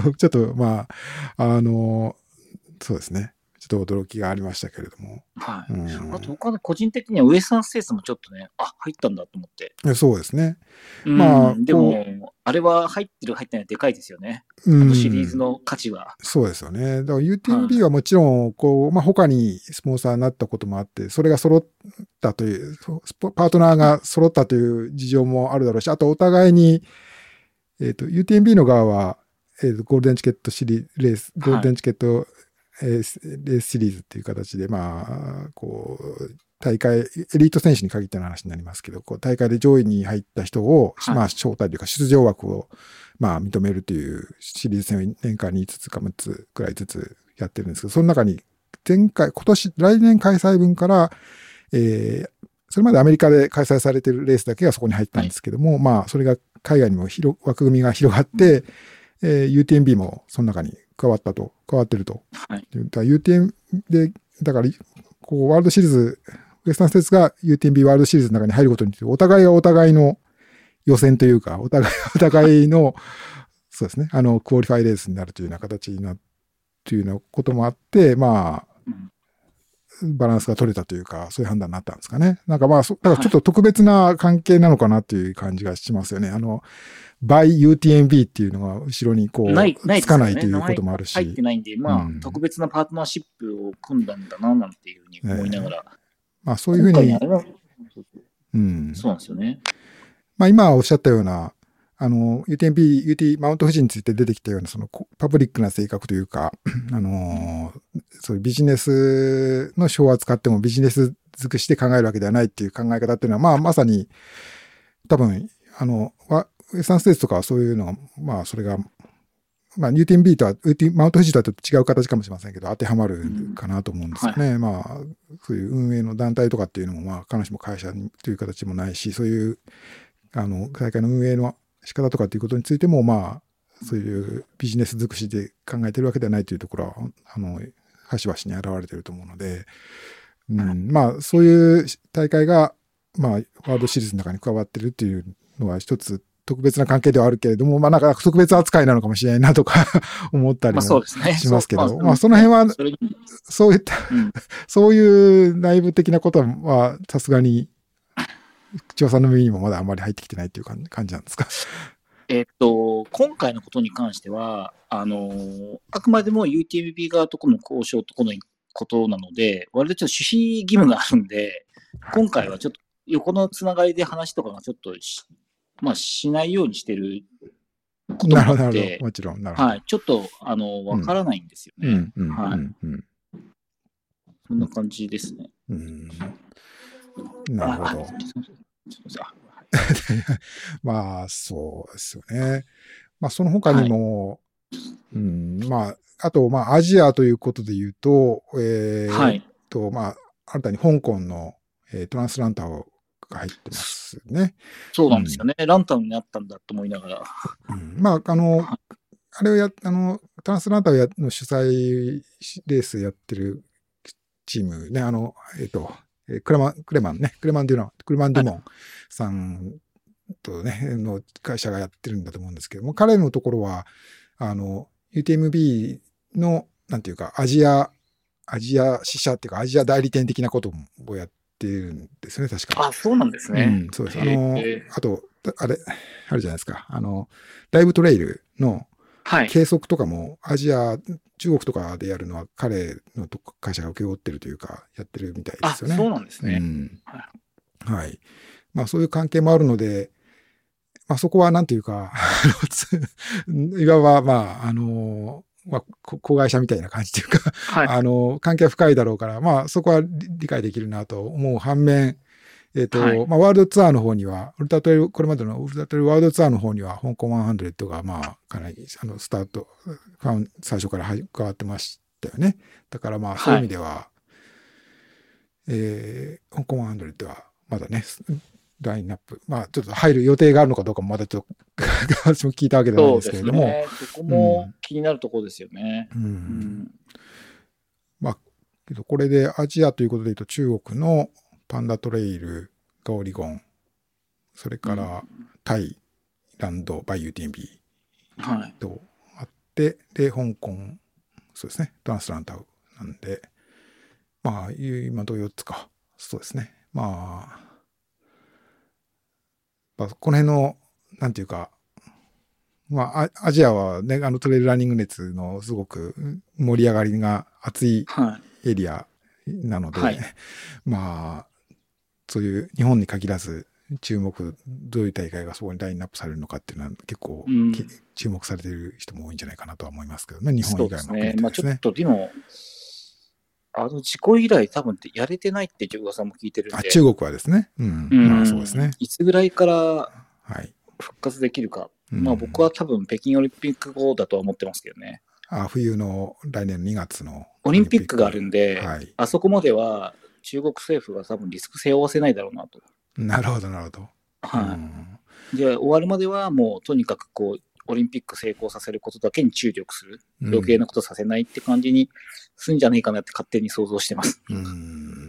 ちょっと、まあ、あの、そうですね。ちょっと驚きがありましたけれども。 はい。うん、あと、他の個人的にはウエスタンステーツもちょっとね、あ、入ったんだと思って。 そうですね。 まあ、でも、あれは入ってる入ってないでかいですよね。あのシリーズの価値は。 そうですよね。だから ユーティーエムビー はもちろん、こう、まあ、他にスポンサーになったこともあって、それが揃ったという、パートナーが揃ったという事情もあるだろうし、あとお互いに、えっと、ユーティーエムビー の側は、えっと、ゴールデンチケットシリレース、ゴールデンチケット、はい、えー、レースシリーズっていう形で、まあ、こう、大会、エリート選手に限っての話になりますけど、こう大会で上位に入った人を、はい、まあ、招待というか出場枠を、まあ、認めるというシリーズ戦を年間にいつつかむっつくらいずつやってるんですけど、その中に、前回、今年、来年開催分から、えー、それまでアメリカで開催されているレースだけがそこに入ったんですけども、はい、まあ、それが海外にも広枠組みが広がって、えー、ユーティーエムビー もその中に加わったと、加わってると。はい、だ ユーティーエム で、だから、こう、ワールドシリーズ、ウエスタンステーツが ユーティーエムビー ワールドシリーズの中に入ることによって、お互いがお互いの予選というか、お互いお互いの、そうですね、あの、クオリファイレースになるというような形になるというようなこともあって、まあ、バランスが取れたというか、そういう判断になったんですかね。なんかまあ、だからちょっと特別な関係なのかなっていう感じがしますよね。あの、by ユーティーエムビー っていうのが後ろにこう、ないないつかないということもあるし。 入ってないんで、まあ、うん、特別なパートナーシップを組んだんだな、なんていうふうに思いながら。えー、 まあ、そういうふうに。 うん。そうなんですよね。 まあ、今おっしゃったような、あの、ユーティーエムビー、ユーティー マウント富士について出てきたような、そのパブリックな性格というか、あの、そういうビジネスの手法を扱ってもビジネス尽くして考えるわけではないっていう考え方っていうのは、まあ、まさに、多分、あの、ウエスタンステーツとかはそういうのは、まあ、それが、まあ、ユーティーエムビー とは、ユーティー マウント富士とはちょっと違う形かもしれませんけど、当てはまるかなと思うんですよね。うん、はい、まあ、そういう運営の団体とかっていうのも、まあ、必ずしも会社という形もないし、そういう、あの、大会の運営の仕方とかっていうことについても、まあ、そういうビジネス尽くしで考えてるわけではないというところは、あの、端々に現れてると思うので、うん、まあ、そういう大会が、まあ、ワールドシリーズの中に加わってるっていうのは一つ特別な関係ではあるけれども、まあなんか特別扱いなのかもしれないなとか思ったりもしますけど、まあ、ね、まあその辺は、そ, そういった、うん、そういう内部的なことはさすがに、調査の耳にもまだあんまり入ってきてないっていう感じなんですか。 えっと、今回のことに関しては、あの、あくまでも ユーティーエムビー 側とこの交渉とこのことなので、割とちょっと守秘義務があるんで、今回はちょっと横のつながりで話とかがちょっとまあ、しないようにしてることもあって、 なるほど、もちろん、なるほど。 はい、ちょっと、あの、わからないんですよね。はい。そんな感じですね。 うん、なるほど。まあ、そうですよね。まあ、その他にも、はい、うん、まあ、あと、まあ、アジアということで言うと、えー、はい、と、まあ、新たに香港の、えー、トランスランターをが入ってますね。 そうなんですよね。うん、ランタンになったんだと思いながら。 うん、まあ、あの、はい、あれをや、あの、トランスランターの主催レースやってるチームね、あの、えっ、ー、と、クレマン、クレマンね、クレマンデュノン、クレマンデュモンさんとね、の会社がやってるんだと思うんですけども、彼のところは、あの、ユーティーエムビー の、なんていうか、アジア、アジア支社っていうか、アジア代理店的なことをやって、っていうんですね、確か。 あ、そうなんですね。 うん、そうです。あの、あと、あれ、あるじゃないですか。あの、ライブトレイルの計測とかも、アジア、中国とかでやるのは彼の会社が請け負ってるというか、やってるみたいですよね。 あ、そうなんですね。 うんはい、はい。まあ、そういう関係もあるので、まあ、そこはなんていうか、いわば、まあ、あの、まあ、子会社みたいな感じというか、はい、あの、関係は深いだろうから、まあ、そこは理解できるなと思う反面、 えっと、はい、まあ、ワールドツアーの方には、ウルトラトレイル、これまでのウルトラトレイルワールドツアーの方には、香港ひゃくが、まあ、かなり、あの、スタート、最初から変わってましたよね。だからまあ、そういう意味では、はい、えー、香港ひゃくは、まだね、ラインナップ、まあ、ちょっと入る予定があるのかどうかもまだちょっと、私も聞いたわけではないですけれども。そうですね。そこも気になるところですよね。 うん。うん、まあ、けどこれでアジアということで言うと、中国のパンダトレイルがオリゴン、それからタイランドバイ ユーティーエムビー とあって、はい、で、香港、そうですね、トランスランタウなんで、まあ、今とよっつか。そうですね。まあ、まあ、この辺の、なんていうか、まあ、アジアはね、あのトレイルランニング熱のすごく盛り上がりが熱いエリアなので、はい、まあ、そういう日本に限らず、注目、どういう大会がそこにラインナップされるのかっていうのは結構、うん、注目されている人も多いんじゃないかなとは思いますけどね、日本以外も含めてですね。そうですね。まあちょっとでも、あの事故以来多分やれてないって噂も聞いてるんで。あ、 中国はですね。うん。うん、まあそうですね。 いつぐらいから復活できるか。はい、まあ僕は多分北京オリンピック後だとは思ってますけどね。 あ、冬の来年にがつのオリンピックがあるんで、はい、あそこまでは中国政府が多分リスク背負わせないだろうなと。 なるほど、なるほど。 はい。うん、で、終わるまではもうとにかくこう、オリンピック成功させることだけに注力する。余計なことさせないって感じにするんじゃないかなって勝手に想像してます。 うん。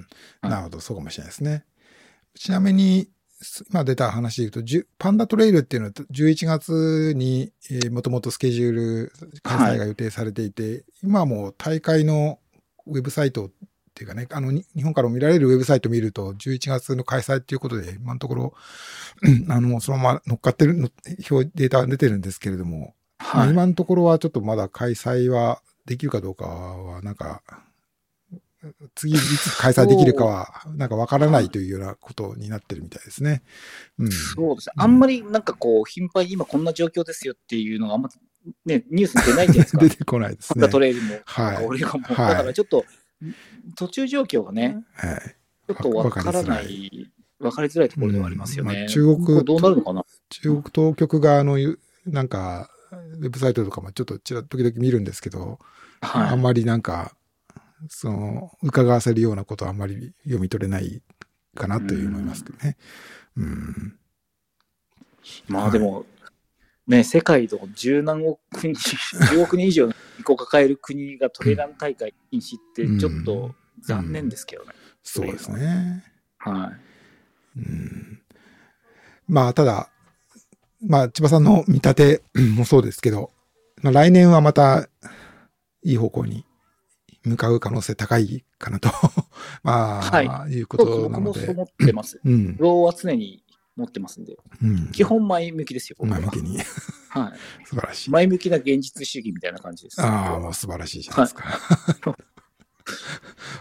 なるほど、そうかもしれないですね。ちなみに、今出た話で言うと、パンダトレイルっていうのはじゅういちがつに、えー、もともとスケジュール開催が予定されていて、はい、今はもう大会のウェブサイトっていうかね、あの、日本からも見られるウェブサイトを見ると、じゅういちがつの開催っていうことで、今のところ、あの、そのまま乗っかってるの、表、データが出てるんですけれども、はい、まあ、今のところはちょっとまだ開催はできるかどうかは、なんか、次いつ開催できるかは、なんかわからないというようなことになってるみたいですね。 うん、そうですね。あんまりなんかこう、頻繁に今こんな状況ですよっていうのがあんまね、ニュースに出ないじゃないですか。 出てこないですね。 パンダトレイルも、はい、俺がもう、はい、だからちょっと、途中状況がね、はい、ちょっとわからない、わかりづらいところではありますよね。うん、まあ、 中国、 どうなるのかな。 中国当局側の、なんか、ウェブサイトとかもちょっとちら時々見るんですけど、はい、あんまりなんか、その、伺わせるようなことはあんまり読み取れないかなという思いますけどね。うん。うん、 まあでも、はい、ね、世界の十何億人、じゅうおく人以上の人口を抱える国がトレラン大会禁止ってちょっと残念ですけどね。うんうん、 そうですね。 はい。 うん、まあただ、まあ千葉さんの見立てもそうですけど、まあ、来年はまたいい方向に向かう可能性高いかなとまあ、はい、いうことなので。 僕もそう思ってます。うん。ローは常に持ってますんで。うん、基本前向きですよ、僕は。 前向きに。 はい。 素晴らしい。 前向きな現実主義みたいな感じです。 ああ、もう素晴らしいじゃないですか。はい、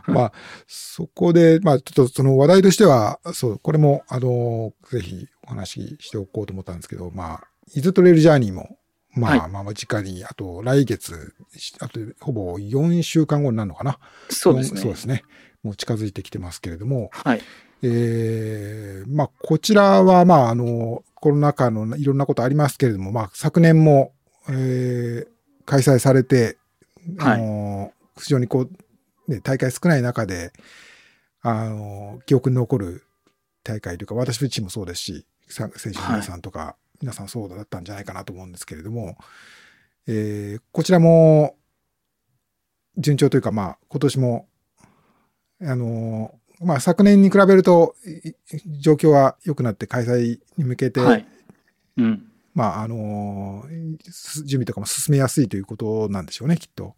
まあ、そこで、まあ、ちょっとその話題としては、そう、これも、あの、ぜひお話ししておこうと思ったんですけど、まあ、イズトレイルジャーニーも、まあ、はい、まあ、間近に、あと来月、あとほぼよんしゅうかんごになるのかな。 そうですね。 そうですね。もう近づいてきてますけれども、 はい。 えー、まあ、こちらは、まあ、あの、コロナ禍のいろんなことありますけれども、まあ、昨年も、えー、開催されて、あの、はい、非常にこう、ね、大会少ない中で、あの、記憶に残る大会というか、私自身もそうですし、選手の皆さんとか、はい、皆さんそうだったんじゃないかなと思うんですけれども、えー、こちらも順調というか、まあ、今年も、あの、まあ、昨年に比べると状況は良くなって開催に向けて、はい、うん、まあ、あの、準備とかも進めやすいということなんでしょうね、きっと。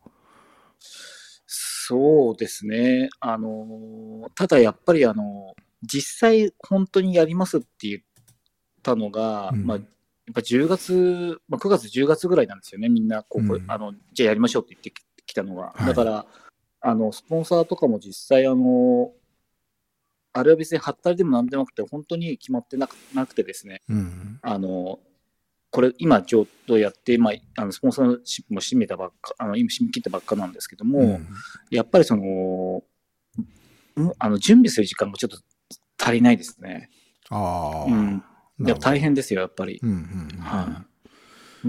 そうですね。あの、ただやっぱりあの、実際本当にやりますって言ったのが、うん、まあ、やっぱじゅうがつ、まあ、くがつ、じゅうがつぐらいなんですよね、みんなこう、うん、あの、じゃあやりましょうって言ってきたのが。はい、だから、あの、スポンサーとかも実際、あの、あれは別にはったりでもなんでもなくて、本当に決まってなく、なくてですね、うん、あの、これ、今、ちょうどやって、まあ、あのスポンサーシップも締めたばっか、あの今、締め切ったばっかなんですけども、うん、やっぱりその、あの準備する時間もちょっと足りないですね。 ああ。 うん。いや、大変ですよ、やっぱり。 うんうんうん、 はい。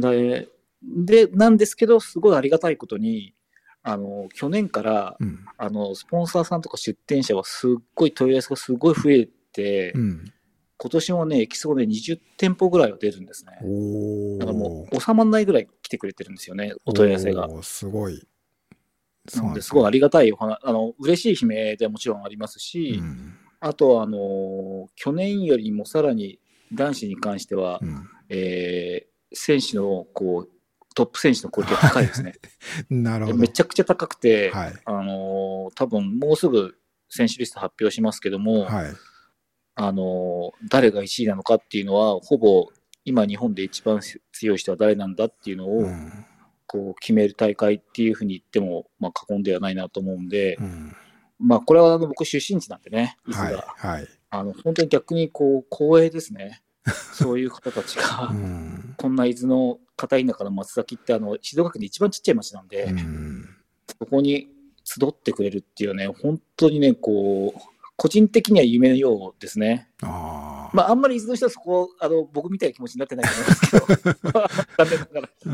で、で、なんですけど、すごいありがたいことに、あの、去年から、うん、あの、スポンサーさんとか出店者はすっごい問い合わせがすごい増えて、うん、今年もね、エキスポでにじゅってんぽぐらいは出るんですね。だからもう収まらないぐらい来てくれてるんですよね、お問い合わせが。 おすごい。 なので、すごいありがたいお話、あの、嬉しい悲鳴でもちろんありますし、うん、あとは、あの、去年よりもさらに男子に関しては、うん、えー、選手の、こう、トップ選手のクオリティが高いですね。 なるほど。 めちゃくちゃ高くて、はい、あの、多分もうすぐ選手リスト発表しますけども、はい、あの、誰がいちいなのかっていうのは、ほぼ今日本で一番強い人は誰なんだっていうのを、うん、こう決める大会っていうふうに言っても、まあ、過言ではないなと思うんで、うん、まあこれはあの僕出身地なんでね、伊豆が、はいはい、あの本当に逆にこう光栄ですね。そういう方たちが、うん、こんな伊豆の片田舎から松崎ってあの静岡県で一番ちっちゃい町なんで、うん、そこに集ってくれるっていうね、本当にねこう個人的には夢のようですね。あまああんまり伊豆の人はそこあの僕みたいな気持ちになってないと思いますけど、残念ながら、うん、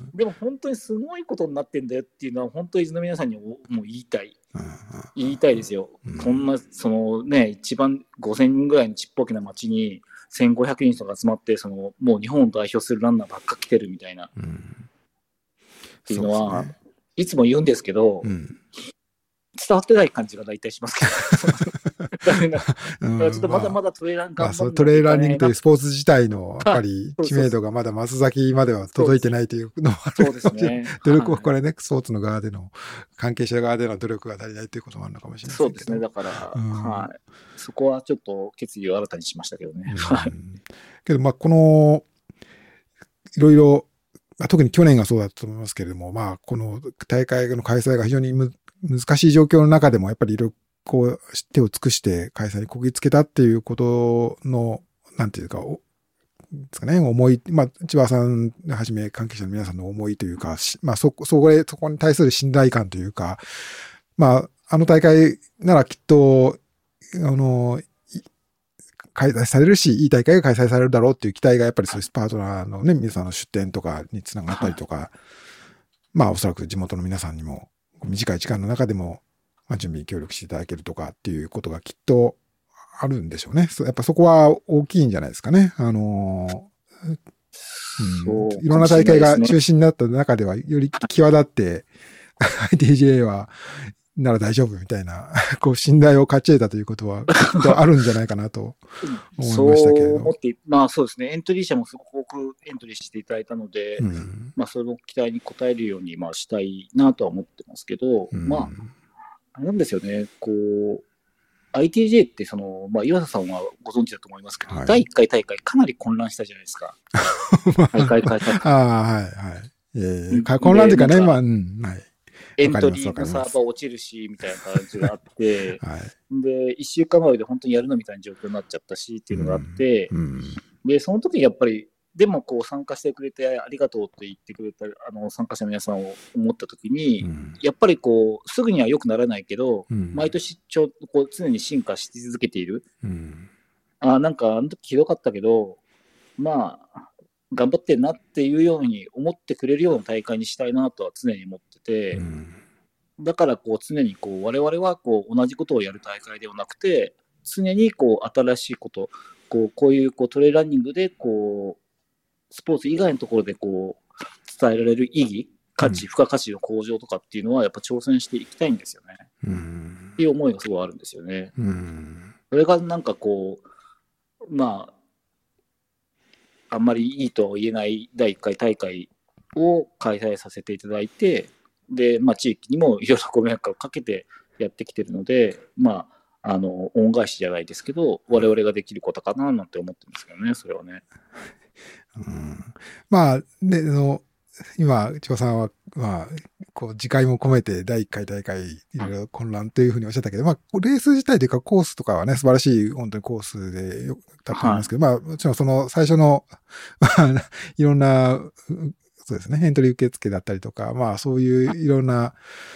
でも本当にすごいことになってんだよっていうのは本当に伊豆の皆さんにもう言いたい。言いたいですよ、うん、こんなそのね一番ごせんにんぐらいのちっぽけな町にせんごひゃくにんとか集まってそのもう日本を代表するランナーばっか来てるみたいな、うん、っていうのは、ね、いつも言うんですけど、うん、伝わってない感じが大体しますけどだからちょっとまだまだトレーラー頑張る、まあ、 トレーラーニングというスポーツ自体のやっぱり知名度がまだ松崎までは届いてないというのもある。そうですね。努力はこれね、スポーツの側での関係者側での努力が足りないということもあるのかもしれないですけど。 そうですね。だから、うん、はい、そこはちょっと決意を新たにしましたけどね。 うん、けどまあこのいろいろ特に去年がそうだったと思いますけれども、まあこの大会の開催が非常にむ難しい状況の中でもやっぱりいろいろこう手を尽くして開催にこぎつけたっていうことのなんていうかですかね、思い、まあ千葉さんはじめ関係者の皆さんの思いというか、まあそこそこでそこに対する信頼感というか、まああの大会ならきっとあの開催されるし、いい大会が開催されるだろうっていう期待がやっぱりそういうパートナーのね、皆さんの出展とかにつながったりとか、はい、まあおそらく地元の皆さんにも短い時間の中でも準備に協力していただけるとかっていうことがきっとあるんでしょうね。やっぱそこは大きいんじゃないですかね。あの、うん、いろんな大会が中止になった中ではより際立って アイティージェー はなら大丈夫みたいな、こう信頼を勝ち得たということはきっとあるんじゃないかなと思いましたけれど。 そう思って、まあそうですね。エントリー者もすごく多くエントリーしていただいたので、うん、まあその期待に応えるようにまあしたいなとは思ってますけど、うん、まあ、あれなんですよね。こう、アイティージェー ってその、まあ岩佐さんはご存知だと思いますけど、はい、だいいっかい大会かなり混乱したじゃないですか。大会開催。 ああ、はいはい。えー、混乱というかね、まあ、うん、はい。 エントリーのサーバー落ちるし、みたいな感じがあって、はい、で、いっしゅうかんまえで本当にやるのみたいな状況になっちゃったし、っていうのがあって、うんうん、で、その時にやっぱり、でもこう参加してくれてありがとうって言ってくれたあの参加者の皆さんを思った時に、うん、やっぱりこう、すぐには良くならないけど、うん、毎年ちょこう常に進化し続けている。うん、あなんかあの時ひどかったけど、まあ、頑張ってんなっていうように思ってくれるような大会にしたいなとは常に思ってて、うん、だからこう常にこう我々はこう同じことをやる大会ではなくて、常にこう新しいこと、こうこういうこうトレーランニングでこうスポーツ以外のところでこう伝えられる意義、価値、付加価値の向上とかっていうのはやっぱ挑戦していきたいんですよね。うん、っていう思いがすごいあるんですよね。うん、それがなんかこうまああんまりいいとは言えないだいいっかい大会を開催させていただいて、で、まあ、地域にもいろいろご迷惑をかけてやってきてるので、まあ、あの恩返しじゃないですけど、我々ができることかななんて思ってますけどね、それはね。 うん、まあ、ね、あの今、千葉さんは、まあ、こう、次回も込めてだいいっかい大会、いろいろ混乱というふうにおっしゃったけど、まあ、レース自体というかコースとかはね、素晴らしい、本当にコースでよかったと思いますけど、はい、まあ、もちろんその最初の、いろんな、そうですね、エントリー受付だったりとか、まあ、そういういろんな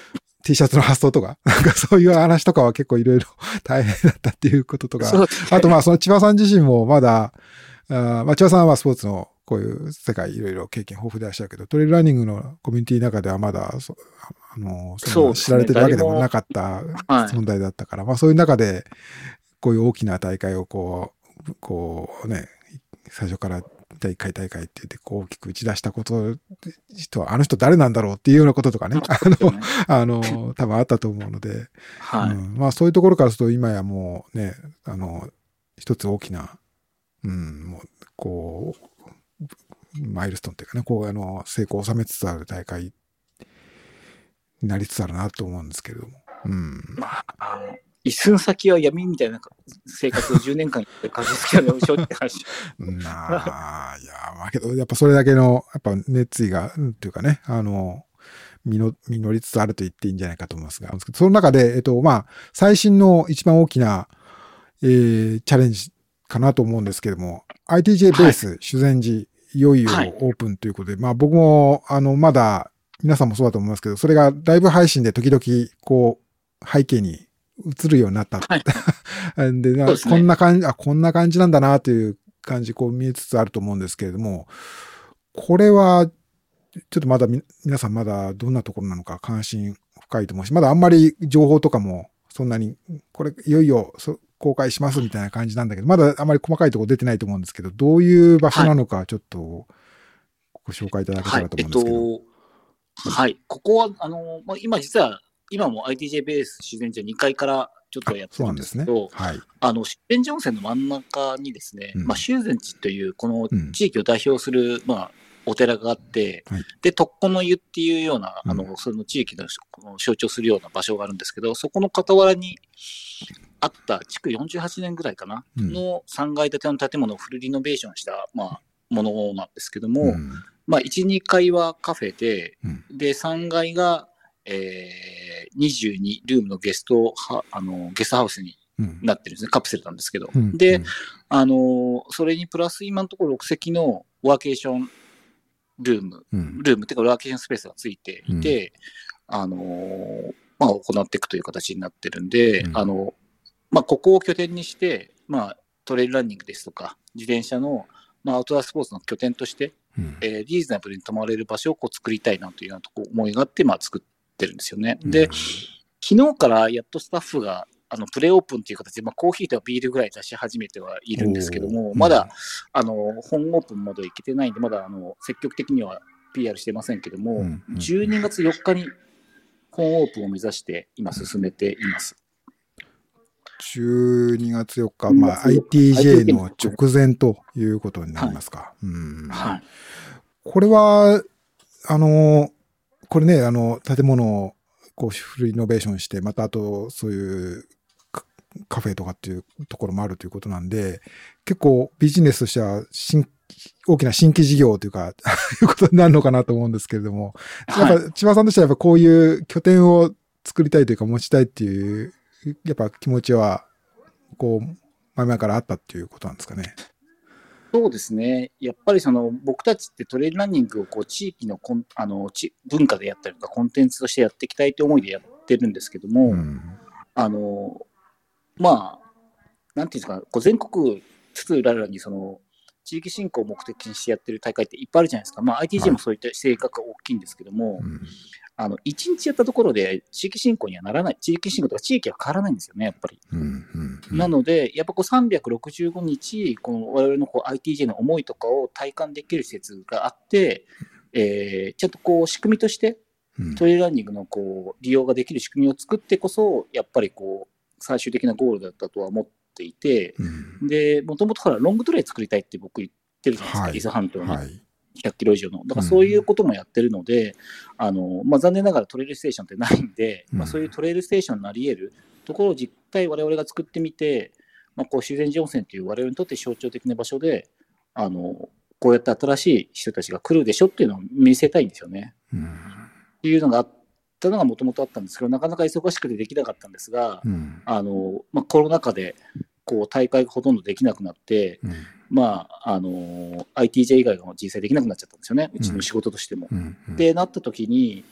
T シャツの発送とか、なんかそういう話とかは結構いろいろ大変だったっていうこととか、ね、あとまあその千葉さん自身もまだ、あまあ千葉さんはスポーツのこういう世界いろいろ経験豊富でいらっしゃるけど、トレイルランニングのコミュニティの中ではまだ、そあの、その知られてるわけでもなかった問題だったから、はい、まあそういう中で、こういう大きな大会をこう、こうね、最初からだいいっかい大会って言ってこう大きく打ち出したこと人はあの人誰なんだろうっていうようなこととかね、あの、あの、多分あったと思うので、はい、うん、まあそういうところからすると今やもうね、あの、一つ大きな、うん、もう、こう、マイルストーンっていうかね、こう、あの、成功を収めつつある大会になりつつあるなと思うんですけれども。うん。 まあ、あの一寸先は闇みたいな生活をじゅうねんかんやって感じですけどね、正直話。 なあ、いや、まあけど、やっぱそれだけの、やっぱ熱意が、うんっていうかね、あの、実りつつあると言っていいんじゃないかと思いますが、その中で、えっと、まあ、最新の一番大きな、えー、チャレンジかなと思うんですけども、アイティージェー ベース、はい、修善寺、いよいよオープンということで、はい、まあ僕も、あの、まだ、皆さんもそうだと思いますけど、それがライブ配信で時々、こう、背景に映るようになった。はい、で、ね、こんな感じ、あ、こんな感じなんだなという感じ、こう見えつつあると思うんですけれども、これは、ちょっとまだ皆さんまだどんなところなのか関心深いと思うし、まだあんまり情報とかもそんなに、これいよいよ公開しますみたいな感じなんだけど、まだあまり細かいところ出てないと思うんですけど、どういう場所なのかちょっとご紹介いただけたらと思うんですけど。 はい、えっと、はい、ここは、あの、まあ、今実は、今も アイティージェー ベース修善寺にかいからちょっとやってるんですけど、ね、はい、あの、修善寺温泉の真ん中にですね、うん、まあ、修善寺というこの地域を代表する、うん、まあ、お寺があって、はい、で、特攻の湯っていうような、あの、うん、その地域の象徴するような場所があるんですけど、そこの傍らにあった築よんじゅうはちねんぐらいかな、うん、のさんがい建ての建物をフルリノベーションした、まあ、ものなんですけども、うん、まあ、いち、にかいはカフェで、うん、で、さんがいが、えー、にじゅうにルームのゲストは、あの、ゲストハウスになってるんですね。うん、カプセルなんですけど。うん、で、あの、それにプラス今のところろくせきのワーケーションルーム、うん、ルームっていうかワーケーションスペースがついていて、うん、あの、まあ、行っていくという形になってるんで、うん、あの、まあ、ここを拠点にして、まあ、トレイルランニングですとか、自転車の、まあ、アウトドアスポーツの拠点として、うんえー、リーズナブルに泊まれる場所をこう作りたいなというようなとこ思いがあって、まあ、作ってるんですよね。で、うん、昨日からやっとスタッフがあのプレオープンという形で、まあ、コーヒーとビールぐらい出し始めてはいるんですけども、まだ、うん、あの本オープンまでいけてないんで、まだあの積極的には ピーアール してませんけども、うんうん、じゅうにがつよっかに本オープンを目指して今進めています。 じゅうにがつよっか、まあ、アイティージェー の直前ということになりますか。はい、うんはい、これは、あの、これね、あの、建物をこうフルリノベーションして、またあと、そういうカフェとかっていうところもあるということなんで、結構ビジネスとしては新、大きな新規事業というか、いうことになるのかなと思うんですけれども、はい、やっぱ千葉さんとしてはやっぱこういう拠点を作りたいというか持ちたいっていう、やっぱ気持ちは、こう、前々からあったっていうことなんですかね。 そうですね。やっぱりその僕たちってトレイルランニングをこう地域のコンあのち文化でやったりとかコンテンツとしてやっていきたいという思いでやってるんですけども、うん、あの、まあ、なんていうんですか、こう全国津々浦々にその地域振興を目的にしてやってる大会っていっぱいあるじゃないですか。まあ アイティージェー もそういった性格が大きいんですけども、はいうんあの、一日やったところで地域振興にはならない、地域振興とか地域は変わらないんですよね、やっぱり。うんうんうん、なので、やっぱこうさんびゃくろくじゅうごにち、この我々のこう アイティージェー の思いとかを体感できる施設があって、えー、ちゃんとこう仕組みとして、トレイルランニングのこう利用ができる仕組みを作ってこそ、やっぱりこう、最終的なゴールだったとは思っていて、うん、で、もともとほら、ロングトレイ作りたいって僕言ってるじゃないですか、はい、伊豆半島に。はいひゃっキロ以上の。だからそういうこともやってるので、うんあのまあ、残念ながらトレイルステーションってないんで、うんまあ、そういうトレイルステーションになり得るところを実際我々が作ってみて、まあ、こう修善寺温泉という我々にとって象徴的な場所で、あのこうやって新しい人たちが来るでしょっていうのを見せたいんですよね。うん、っていうのがあったのがもともとあったんですけど、なかなか忙しくてできなかったんですが、うんあのまあ、コロナ禍でこう大会がほとんどできなくなって、うんまあ、あの、アイティージェー 以外が実際できなくなっちゃったんですよね。うちの仕事としても。うんうんうん、で、なった時に、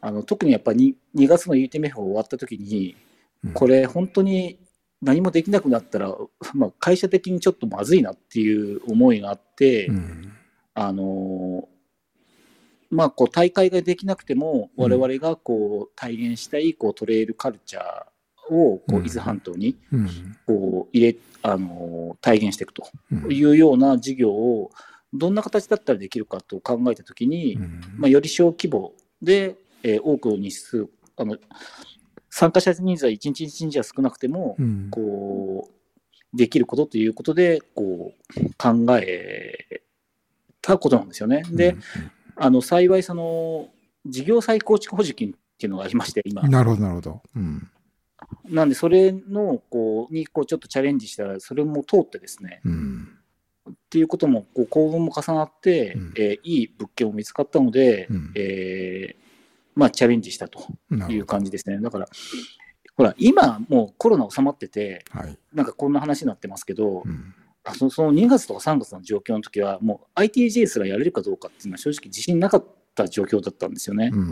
あの特にやっぱり 2, 2月の ユーティーエムエフ が終わった時に、うん、これ本当に何もできなくなったら、まあ、会社的にちょっとまずいなっていう思いがあって、うん、あのまあ、こう大会ができなくても我々がこう体現したいこうトレイルカルチャーをこう伊豆半島にこう入れ、あの体現していくというような事業をどんな形だったらできるかと考えたときに、まあ、より小規模で、えー、多くの日数あの参加者人数はいちにちいちにちは少なくても、うん、こうできることということでこう考えたことなんですよね。で、うん、あの幸いその事業再構築補助金っていうのがありまして今。 なるほどなるほど。うん、 なんでそれのこうにこうちょっとチャレンジしたらそれも通ってですね。うん、っていうこともこう幸運も重なって、うん、えー、いい物件も見つかったので、うん、えーまあ、チャレンジしたという感じですね。だからほら今もうコロナ収まってて、はい、なんかこんな話になってますけど、うん、あそ, そのにがつとかさんがつの状況の時はもう アイティージェー すらやれるかどうかっていうのは正直自信なかった状況だったんですよね。うん、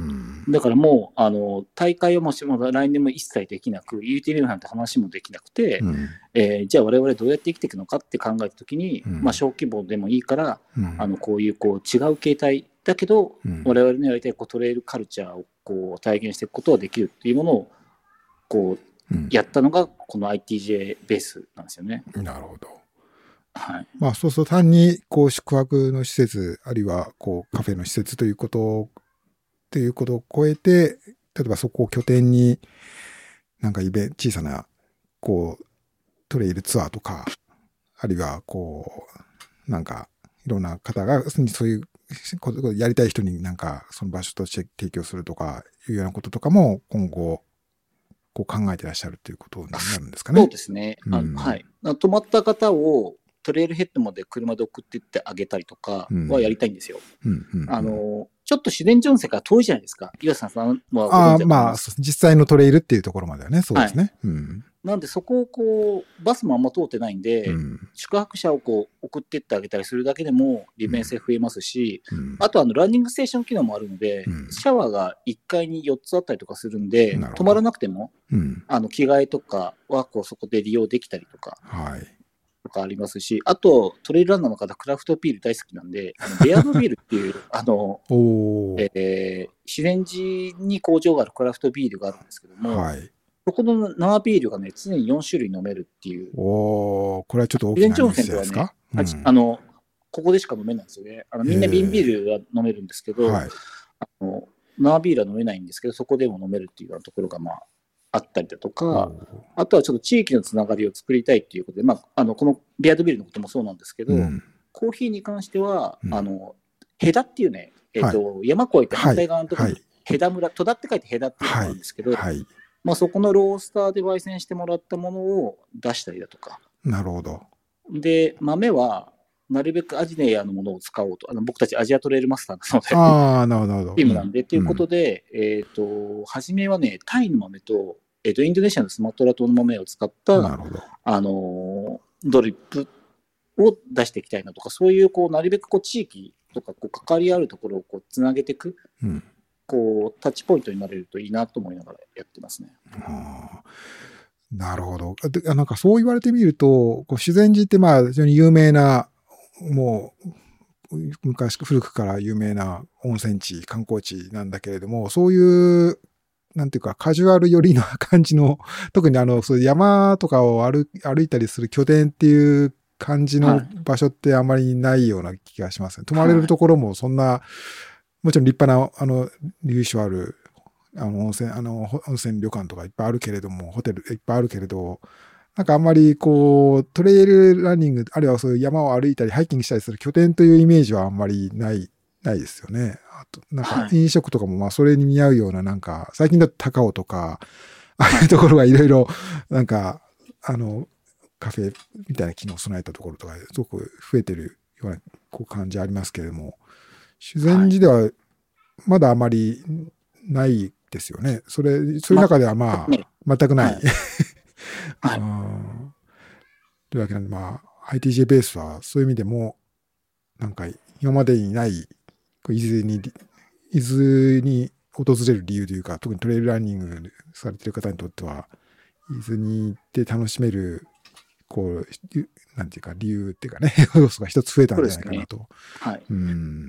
だからもうあの大会をもしも来年も一切できなく ユーティーエム なんて話もできなくて、うんえー、じゃあ我々どうやって生きていくのかって考えた時に、うんまあ、小規模でもいいから、うん、あのこういうこう違う形態だけど、うん、我々のやりたいこうトレイルカルチャーをこう体現していくことができるっていうものをこう、うん、やったのがこの アイティージェー ベースなんですよね。 なるほど。 はい、 まあそうすると単にこう宿泊の施設あるいはこうカフェの施設ということっていうことを超えて、例えばそこを拠点になんかイベント小さなこうトレイルツアーとかあるいはこうなんかいろんな方がそういうことをやりたい人になんかその場所として提供するとかいうようなこととかも今後こう考えてらっしゃるということになるんですかね。 そうですね。うん、あはい。泊まった方をトレイルヘッドまで車で送っていってあげたりとかはやりたいんですよ。うんうんうん、あのちょっと自然上の世界は遠いじゃないですか。岩瀬さんはご存知だと思います。ああ、まあ実際のトレイルっていうところまではね、そうですね。はいうん、 なんでそこをこうバスもあんま通ってないんで、うん、宿泊者をこう送ってってあげたりするだけでも利便性増えますし、うん、あとあのランニングステーション機能もあるので、うん、シャワーがいっかいによっつあったりとかするんで、泊まらなくても、うん、あの着替えとかはこうそこで利用できたりとか。はいとかありますし、あとトレイルランナーの方クラフトビール大好きなんで、あのベアードビールっていうあの、えー、自然寺に工場があるクラフトビールがあるんですけども、はい、そこの生ビールがね常によんしゅるい飲めるっていう。 おー、これはちょっと大きなニュースですか？ うん、あのここでしか飲めないんですよね。あのみんな瓶ビールは飲めるんですけど、はい、あの生ビールは飲めないんですけど、そこでも飲めるっていうようなところがまああったりだとか、あとはちょっと地域のつながりを作りたいっていうことで、まあ、あのこのビアードビールのこともそうなんですけど、うん、コーヒーに関しては、うん、あのヘダっていうね、えーとはい、山越えて反対側のところに、はい、ヘダ村、戸田って書いてヘダっていうのがあるんですけど、はいはいまあ、そこのロースターで焙煎してもらったものを出したりだとか。 なるほど。 で、豆はなるべくアジネアのものを使おうと、あの僕たちアジアトレイルマスターなので、 あなるほどチームなんで、と、うん、いうことで、えっ、ー、と、初めはね、タイの豆と、えー、とインドネシアのスマトラ島の豆を使った、あのドリップを出していきたいなとか、そういうこうなるべくこう地域とかこう関わりあるところをこうつなげていく、うん、こうタッチポイントになれるといいなと思いながらやってますね。 はあ、なるほど。なんかそう言われてみると、こう自然寺ってまあ非常に有名な、もう昔古くから有名な温泉地、観光地なんだけれども、そういうなんていうかカジュアル寄りな感じの、特にあのそういう山とかを 歩, 歩いたりする拠点っていう感じの場所ってあんまりないような気がしますね。はい、泊まれるところもそんな、もちろん立派なあの由緒あるあの温泉あの温泉旅館とかいっぱいあるけれども、ホテルいっぱいあるけれど、なんかあんまりこうトレイルランニングあるいはそういう山を歩いたりハイキングしたりする拠点というイメージはあんまりないないですよね。あとなんか飲食とかもまあそれに見合うようななんか最近だと高尾とかああいうところがいろいろなんかあのカフェみたいな機能を備えたところとかすごく増えてるようなこう感じありますけれども、修善寺ではまだあまりないですよね。それそういう中ではまあ全くない。はいはい、というわけなんでまあ アイティージェー ベースはそういう意味でもなんか今までにない伊豆に伊豆に訪れる理由というか、特にトレイルランニングされてる方にとっては、伊豆に行って楽しめる、こう、なんていうか、理由っていうかね、要素が一つ増えたんじゃないかなと。 ね、はい。 うん。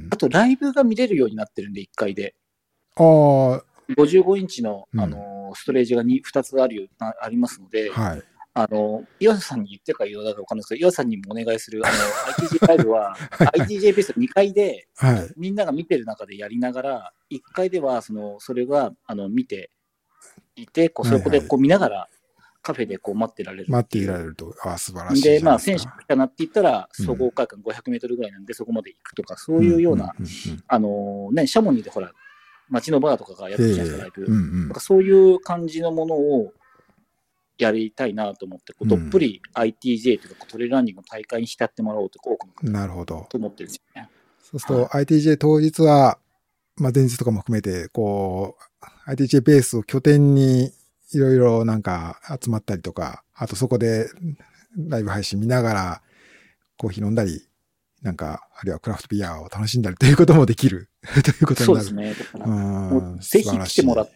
あと、ライブが見れるようになってるんで、いっかいで。 ああ。 ごじゅうごインチの、あの、ストレージが 2, ふたつあるよありますので、 はい。 あの、岩佐さんに言ってるか言うのだかわかんないですけど、岩佐さんにもお願いする、あの、アイティージェー ライブは、はい、アイティージェー ベースにかいで、はい、みんなが見てる中でやりながら、いっかいでは、その、それが、あの、見ていて、こう、そこでこう見ながら、カフェでこう待ってられる。 待っていられると、ああ、素晴らしい。 で、まあ、選手が来たなって言ったら、総合会館ごひゃくメートルぐらいなんで、そこまで行くとか、そういうような、あの、ね、シャモニーでほら、街のバーとかがやってるじゃないですか、ライブ。うんうん、そういう感じのものをやりたいなと思って、こうどっぷり アイティージェー というか、トレイルランニングの大会に浸ってもらおうと多くの方なるほどと思ってるんですよね。 そうすると、はい、アイティージェー 当日は、まあ、前日とかも含めて、こう、アイティージェー ベースを拠点にいろいろなんか集まったりとか、あとそこでライブ配信見ながらコーヒー飲んだり、なんか、あるいはクラフトビアを楽しんだりということもできるということになる。 そうですね。だからもうぜひ来てもらって、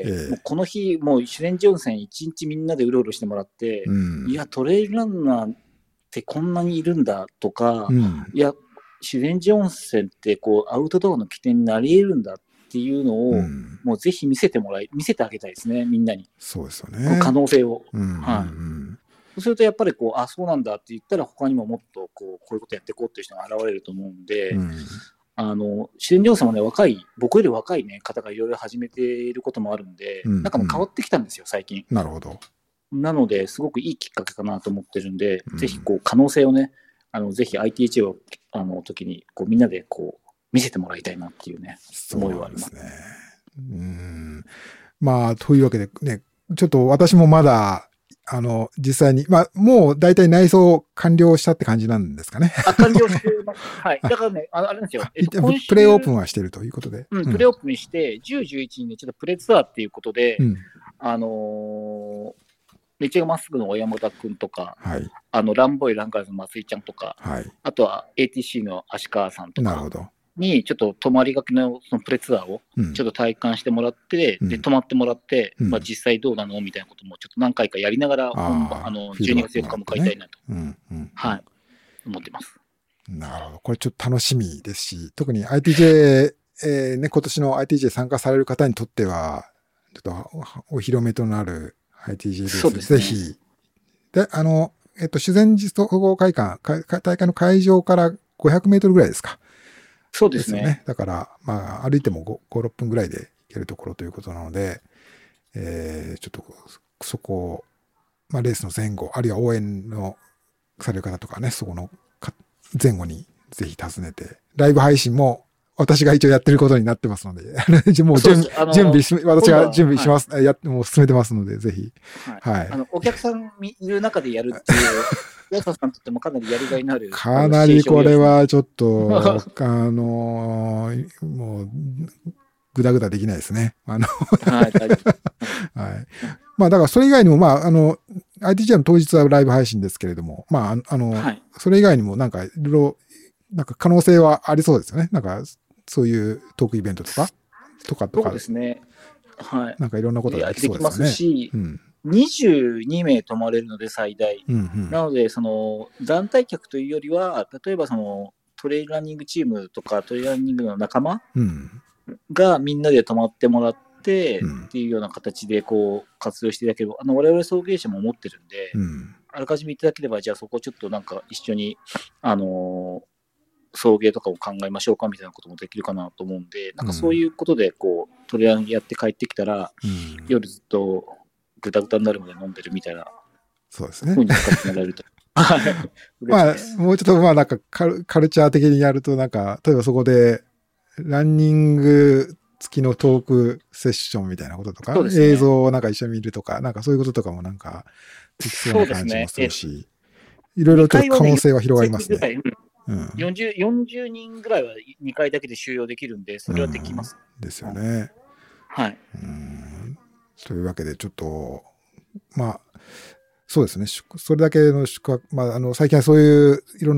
ええ、もうこの日、もう修善寺温泉一日みんなでうろうろしてもらって、うん、いや、トレイルランナーってこんなにいるんだとか、うん、いや、修善寺温泉ってこうアウトドアの起点になり得るんだっていうのを、うん、もうぜひ見せてもらい、見せてあげたいですね、みんなに。 そうですよね。 可能性を。 うんうんうん、 はい。そうするとやっぱりこう、あ、そうなんだって言ったら他にももっとこう、こういうことやっていこうっていう人が現れると思うんで、うん、あの、修善寺温泉もね、若い、僕より若いね、方がいろいろ始めていることもあるんで、うんうん、なんかもう変わってきたんですよ、最近。 なるほど。 なので、すごくいいきっかけかなと思ってるんで、うん、ぜひこう、可能性をね、あの、ぜひ アイティージェー を、あの、時に、こう、みんなでこう、見せてもらいたいなっていうね、思いはあります。 そうですね。うん。まあ、というわけでね、ちょっと私もまだ、あの、実際に、まあ、もう大体内装完了したって感じなんですかね。 あ、完了してます。はい。だからね、あ, あれなんですよ。 えっと、プレイオープンはしてるということで。 うん、プレイオープンして、じゅう、じゅういちにね、ちょっとプレツアーっていうことで、うん、あのー、道がまっすぐの小山田くんとか、はい、あの、ランボイランカーズの松井ちゃんとか、はい、あとは エーティーシー の足川さんとか。 なるほど。 にちょっと泊まりがけのそのプレツアーをちょっと体感してもらって、うん、で泊まってもらって、うん、まあ、実際どうなのみたいなこともちょっと何回かやりながら本番あのじゅうにがつよっか迎えたいなと、うんうん、はい思ってます。 なるほど。これちょっと楽しみですし、特に アイティージェー、えーね、今年の アイティージェー 参加される方にとってはちょっとお披露目となる アイティージェー ベース、ね、ぜひであのえっと修善寺総合会館大会の会場からごひゃくメートルぐらいですか。 そうですね。 ですね。だから、まあ、歩いてもご、ご、ろっぷんぐらいで行けるところということなので、えー、ちょっと、そこを、まあ、レースの前後、あるいは応援のされる方とかね、そこの前後にぜひ訪ねて、ライブ配信も私が一応やってることになってますので、もう準備、準備し、私が準備します、はい、やもう進めてますので、ぜひ。 はい。はい、あの、お客さんいる中でやるっていう、ヤサさんとってもかなりやりがいのある。 かなりこれはちょっと、あのー、もう、ぐだぐだできないですね。あの、はい、大丈夫。はい。まあ、だからそれ以外にも、まあ、あの、アイティージェー の当日はライブ配信ですけれども、まあ、あの、はい、それ以外にもなんかいろいろ、なんか可能性はありそうですよね。なんか、そういうトークイベントとか、とかとか。 そうですね。はい。 なんかいろんなことができそうですね。 できますし、うん、にじゅうにめい泊まれるので最大。うんうん、なので、その、団体客というよりは、例えばその、トレイルランニングチームとか、トレイルランニングの仲間がみんなで泊まってもらって、うん、っていうような形でこう、活動していただければ、あの、我々送迎車も持ってるんで、うん、あらかじめいただければ、じゃあそこちょっとなんか一緒に、あのー、送迎とかを考えましょうかみたいなこともできるかなと思うんで、なんかそういうことでこう、トレランやって帰ってきたら、うん、夜ずっとぐたぐたになるまで飲んでるみたいな、 そうですね。 風に使ってもらえると。 まあ、もうちょっとまあなんかカル、カルチャー的にやるとなんか、例えばそこで、ランニング付きのトークセッションみたいなこととか、ね、映像をなんか一緒に見るとか、なんかそういうこととかもなんか、できそうな感じもするし、いろいろと可能性は広がりますね。 うん、よんじゅう, よんじゅうにんぐらいはにかいだけで収容できるんで、それはできます。 うん、ですよね。 はい。 うんというわけで、ちょっと、まあ、そうですね。それだけの宿泊、まあ、あの、最近はそういういろんな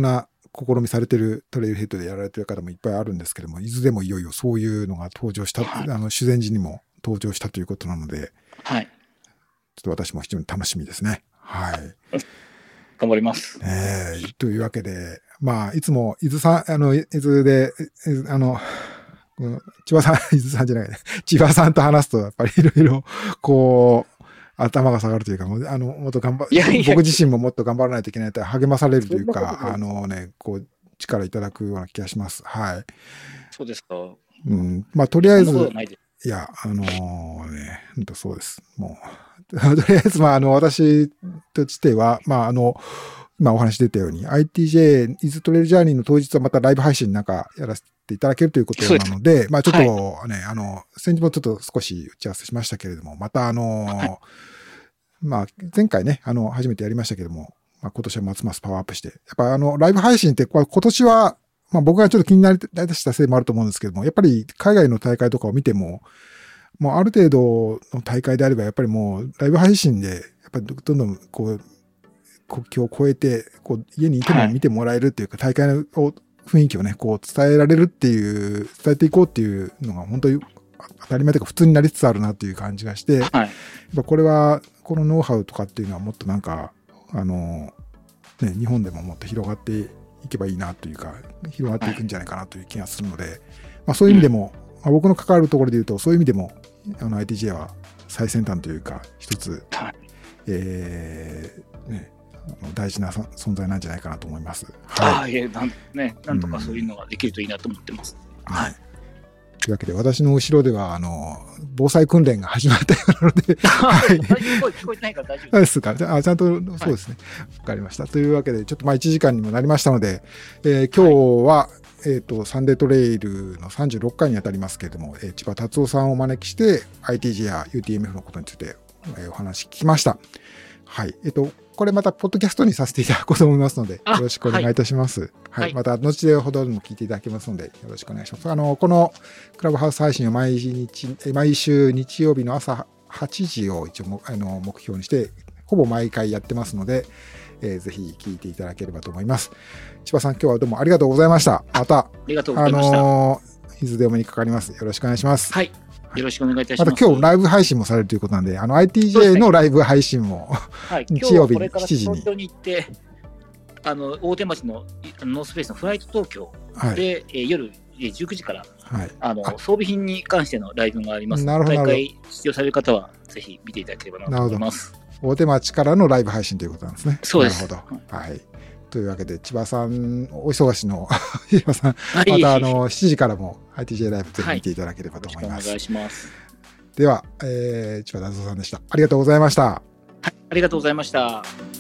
試みされてるトレイルヘッドでやられてる方もいっぱいあるんですけども、伊豆でもいよいよそういうのが登場した、はい、あの修善寺にも登場したということなので、 はい、 ちょっと私も非常に楽しみですね。はい。 頑張ります。 えー、というわけで、まあ、いつも伊豆さん、あの、伊豆で、あの、千葉さん、伊豆さんじゃないね。千葉さんと話すと、やっぱりいろいろ、こう、頭が下がるというか、あの、もっと頑張、いやいや僕自身ももっと頑張らないといけないと励まされるというか、あのね、こう、力いただくような気がします。はい。 そうですか。 うん。まあ、とりあえず、いや、あのー、ね、ほんとそうです。もう、とりあえず、まあ、あの、私としては、まあ、あの、今お話出たように、アイティージェー、伊豆トレイルジャーニーの当日はまたライブ配信なんかやらせていただけるということなので、まあちょっとね、はい、あの、先日もちょっと少し打ち合わせしましたけれども、またあの、はい、まあ前回ね、あの、初めてやりましたけども、まあ今年はますますパワーアップして、やっぱあの、ライブ配信って今年は、まあ僕がちょっと気になりだしたせいもあると思うんですけども、やっぱり海外の大会とかを見ても、もうある程度の大会であれば、やっぱりもうライブ配信で、やっぱりどんどんこう、国境を越えて、こう、家にいても見てもらえるっていうか、はい、大会の雰囲気をね、こう、伝えられるっていう、伝えていこうっていうのが、本当に当たり前というか、普通になりつつあるなっていう感じがして、はい、やっぱこれは、このノウハウとかっていうのはもっとなんか、あの、ね、日本でももっと広がっていけばいいなというか、広がっていくんじゃないかなという気がするので、はい、まあそういう意味でも、うんまあ、僕の関わるところで言うと、そういう意味でも、あの、アイティージェー は最先端というか、一つ、はい、えー、ね、大事な存在なんじゃないかなと思います。 はい。ああ、いえ、なんね、なんとかそういうのができるといいなと思ってます。うん、はい。 というわけで、私の後ろでは、あの、防災訓練が始まったようなので、はい。 聞こえてないから大丈夫ですか。じゃあ、ちゃんと、そうですね。わ、はい、かりました。というわけで、ちょっとまあいちじかんにもなりましたので、えー、今日は、はい、えっと、サンデートレイルのさんじゅうろっかいにあたりますけれども、えー、千葉達夫さんをお招きして、アイティージェー や ユーティーエムエフ のことについて、えー、お話聞きました。はい。えっと、これまたポッドキャストにさせていただこうと思いますので、よろしくお願いいたします。はい。はい、また、後ほどでも聞いていただけますので、よろしくお願いします。あの、このクラブハウス配信を毎日、毎週日曜日の朝はちじを一応あの目標にして、ほぼ毎回やってますので、えー、ぜひ聞いていただければと思います。千葉さん、今日はどうもありがとうございました。また、 ありがとうございました。あのー、いつでもにかかります。よろしくお願いします。 はい。よろしくお願いいたします。 また今日ライブ配信もされるということなんで、あの アイティージェー のライブ配信も、はい、日曜日しちじに。 東京に行って、あの大手町のノースフェイスのフライト東京で、はい、えー、夜じゅうくじから、はい、あの装備品に関してのライブがありますので、大会出場される方はぜひ見ていただければなと思います。 大手町からのライブ配信ということなんですね。 そうです。 なるほど。はい。というわけで、千葉さん、お忙しの千葉さん、またあのしちじからも アイティージェー ライブぜひ見ていただければと思います。 はい、お願いします。 では、えー、千葉達夫さんでした。ありがとうございました。はい、ありがとうございました。